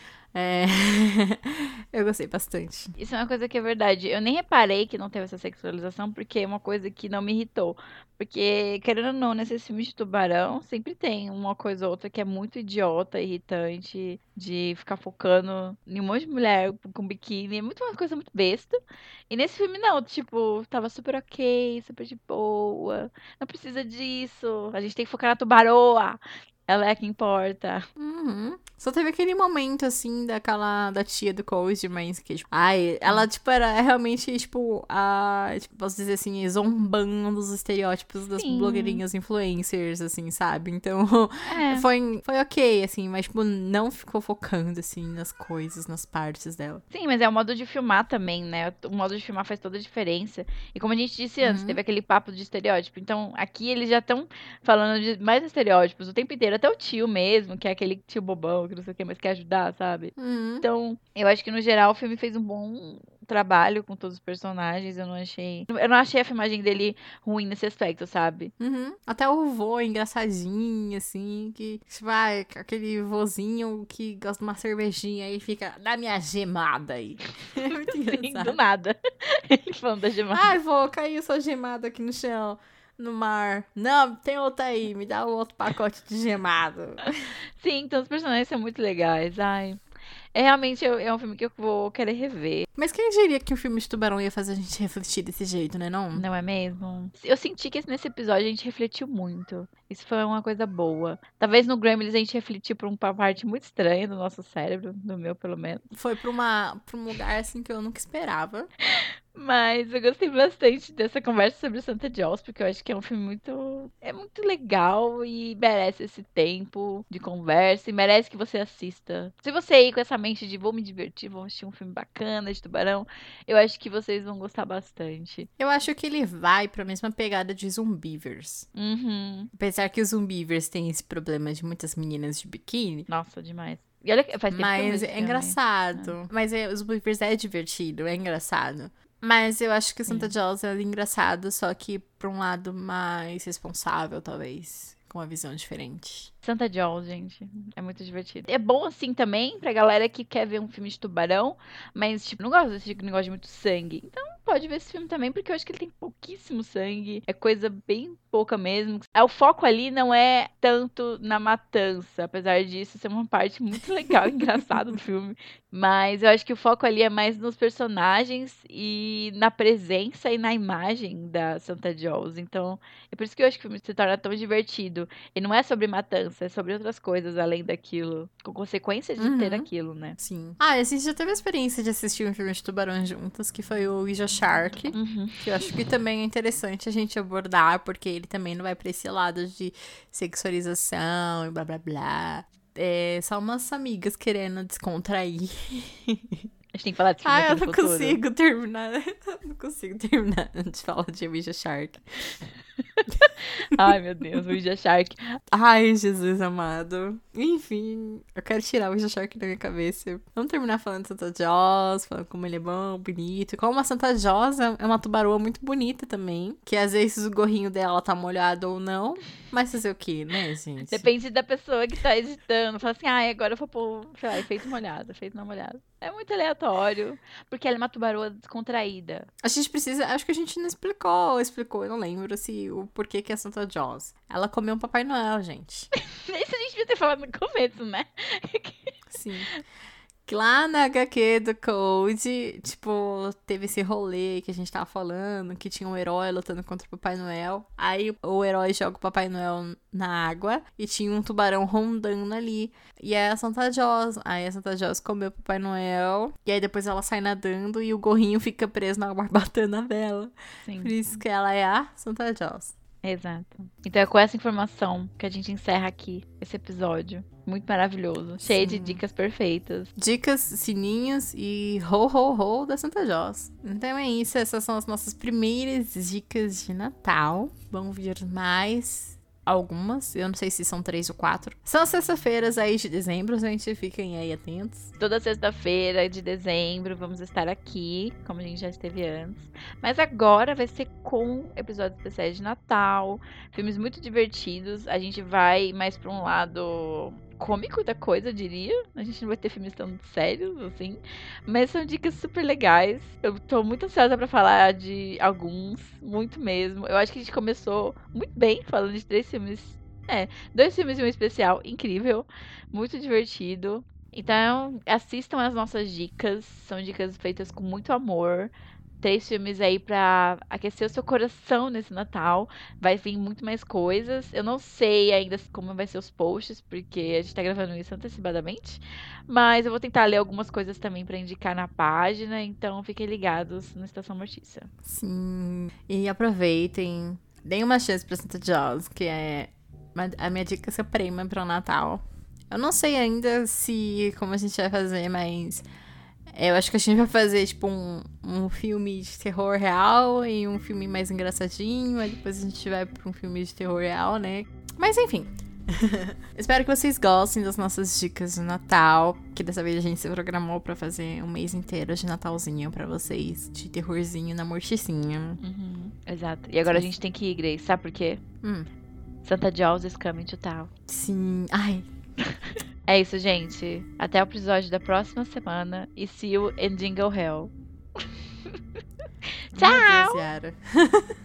Eu gostei bastante. Isso é uma coisa que é verdade. Eu nem reparei que não teve essa sexualização, porque é uma coisa que não me irritou. Porque, querendo ou não, nesses filmes de tubarão, sempre tem uma coisa ou outra que é muito idiota, irritante, de ficar focando em um monte de mulher com biquíni. É muito uma coisa muito besta. E nesse filme, não. Tipo, tava super ok, super de boa. Não precisa disso. A gente tem que focar na tubaroa. Ela é a que importa. Uhum. Só teve aquele momento, assim, da tia do Cold, mas que, tipo... ela, tipo, era realmente, tipo, tipo, posso dizer assim, zombando dos estereótipos das blogueirinhas influencers, assim, sabe? Então, foi ok, assim, mas, tipo, não ficou focando, assim, nas coisas, nas partes dela. Sim, mas é o modo de filmar também, né? O modo de filmar faz toda a diferença. E como a gente disse antes, teve aquele papo de estereótipo. Então, aqui eles já estão falando de mais estereótipos o tempo inteiro. Até o tio mesmo, que é aquele tio bobão, que não sei o que, mas quer ajudar, sabe? Então, eu acho que no geral o filme fez um bom trabalho com todos os personagens. Eu não achei a filmagem dele ruim nesse aspecto, sabe? Até o vô engraçadinho, assim, que vai, aquele vozinho que gosta de uma cervejinha e fica, dá minha gemada aí. É muito engraçado. Sim, do nada. Ele falando da gemada. Vô, caiu sua gemada aqui no chão. No mar. Não, tem outra aí. Me dá outro pacote de gemado. Sim, então os personagens são muito legais. Realmente é um filme que eu vou querer rever. Mas quem diria que um filme de tubarão ia fazer a gente refletir desse jeito, né, não? Não é mesmo? Eu senti que nesse episódio a gente refletiu muito. Isso foi uma coisa boa. Talvez no Gremlins a gente refletiu por uma parte muito estranha do nosso cérebro, do meu pelo menos. Foi pra um lugar, assim, que eu nunca esperava. Mas eu gostei bastante dessa conversa sobre Santa Jaws, porque eu acho que é um filme muito legal e merece esse tempo de conversa e merece que você assista. Se você ir com essa mente de vou me divertir, vou assistir um filme bacana de tubarão, eu acho que vocês vão gostar bastante. Eu acho que ele vai pra mesma pegada de Zumbivers. Apesar que os Zumbivers têm esse problema de muitas meninas de biquíni. Nossa, demais. E olha, faz tempo mas é engraçado. Mas os Zumbivers é divertido, é engraçado. Mas eu acho que o Santa Jaws é engraçado, só que por um lado mais responsável, talvez. Com uma visão diferente. Santa Jaws, gente. É muito divertido. É bom, assim, também pra galera que quer ver um filme de tubarão, mas, tipo, não gosta desse negócio de muito sangue. Então, pode ver esse filme também, porque eu acho que ele tem pouquíssimo sangue. É coisa bem pouca mesmo. O foco ali não é tanto na matança, apesar disso ser uma parte muito legal e engraçada do filme. Mas eu acho que o foco ali é mais nos personagens e na presença e na imagem da Santa Jaws. Então, é por isso que eu acho que o filme se torna tão divertido. E não é sobre matança, é sobre outras coisas além daquilo. Com consequência de ter aquilo, né? Sim. A gente já teve a experiência de assistir um filme de tubarão juntas, que foi o Ouija Shark. Que eu acho que também é interessante a gente abordar, porque ele também não vai pra esse lado de sexualização e blá blá blá. Só umas amigas querendo descontrair. A gente tem que falar desse filme eu no não futuro. consigo terminar. Eu não consigo terminar de falar de Ouija Shark. Ai, meu Deus, o Ouija Shark. Ai, Jesus amado. Enfim, eu quero tirar o Ouija Shark da minha cabeça. Vamos terminar falando de Santa Jaws, falando como ele é bom, bonito. E como a Santa Jaws é uma tubaroa muito bonita também. Que às vezes o gorrinho dela tá molhado ou não. Mas fazer o quê, né, gente? Depende da pessoa que tá editando. Fala assim, ai, agora eu vou pôr, sei lá, efeito molhado, efeito não molhado. É muito aleatório, porque ela é uma tubaroa descontraída. A gente precisa... Acho que a gente não explicou, eu não lembro o porquê que é Santa Jaws. Ela comeu um Papai Noel, gente. Isso a gente devia ter falado no começo, né? Sim. Que lá na HQ do Code, tipo, teve esse rolê que a gente tava falando, que tinha um herói lutando contra o Papai Noel. Aí o herói joga o Papai Noel na água e tinha um tubarão rondando ali. E é a Santa Jaws. Aí a Santa Jaws comeu o Papai Noel. E aí depois ela sai nadando e o gorrinho fica preso na barbatana dela. Sim. Por isso que ela é a Santa Jaws. Exato. Então é com essa informação que a gente encerra aqui esse episódio. Muito maravilhoso. Cheio de dicas perfeitas. Dicas, sininhos e ho, ho, ho da Santa Jaws. Então é isso. Essas são as nossas primeiras dicas de Natal. Vão vir mais algumas. Eu não sei se são 3 ou 4. São sexta-feiras aí de dezembro. Gente, fiquem aí atentos. Toda sexta-feira de dezembro vamos estar aqui, como a gente já esteve antes. Mas agora vai ser com episódios especiais de Natal. Filmes muito divertidos. A gente vai mais pra um lado cômico da coisa, eu diria. A gente não vai ter filmes tão sérios, assim. Mas são dicas super legais. Eu tô muito ansiosa pra falar de alguns. Muito mesmo. Eu acho que a gente começou muito bem falando de 3 filmes. 2 filmes e um especial. Incrível. Muito divertido. Então, assistam as nossas dicas. São dicas feitas com muito amor. 3 filmes aí pra aquecer o seu coração nesse Natal. Vai vir muito mais coisas. Eu não sei ainda como vai ser os posts, porque a gente tá gravando isso antecipadamente. Mas eu vou tentar ler algumas coisas também pra indicar na página. Então fiquem ligados no Estação Mortícia. Sim. E aproveitem. Deem uma chance pra Santa Jaws, que é a minha dica suprema para o Natal. Eu não sei ainda como a gente vai fazer, mas eu acho que a gente vai fazer, tipo, um filme de terror real e um filme mais engraçadinho. Aí depois a gente vai pra um filme de terror real, né? Mas enfim. Espero que vocês gostem das nossas dicas de Natal. Que dessa vez a gente se programou pra fazer um mês inteiro de Natalzinho pra vocês. De terrorzinho na morticinha. Exato. E agora a gente tem que ir, Grace. Sabe por quê? Santa Jaws is coming to town. Sim. Ai... É isso, gente. Até o episódio da próxima semana. E see you in Jingle Hell. Tchau! Meu Deus, Yara.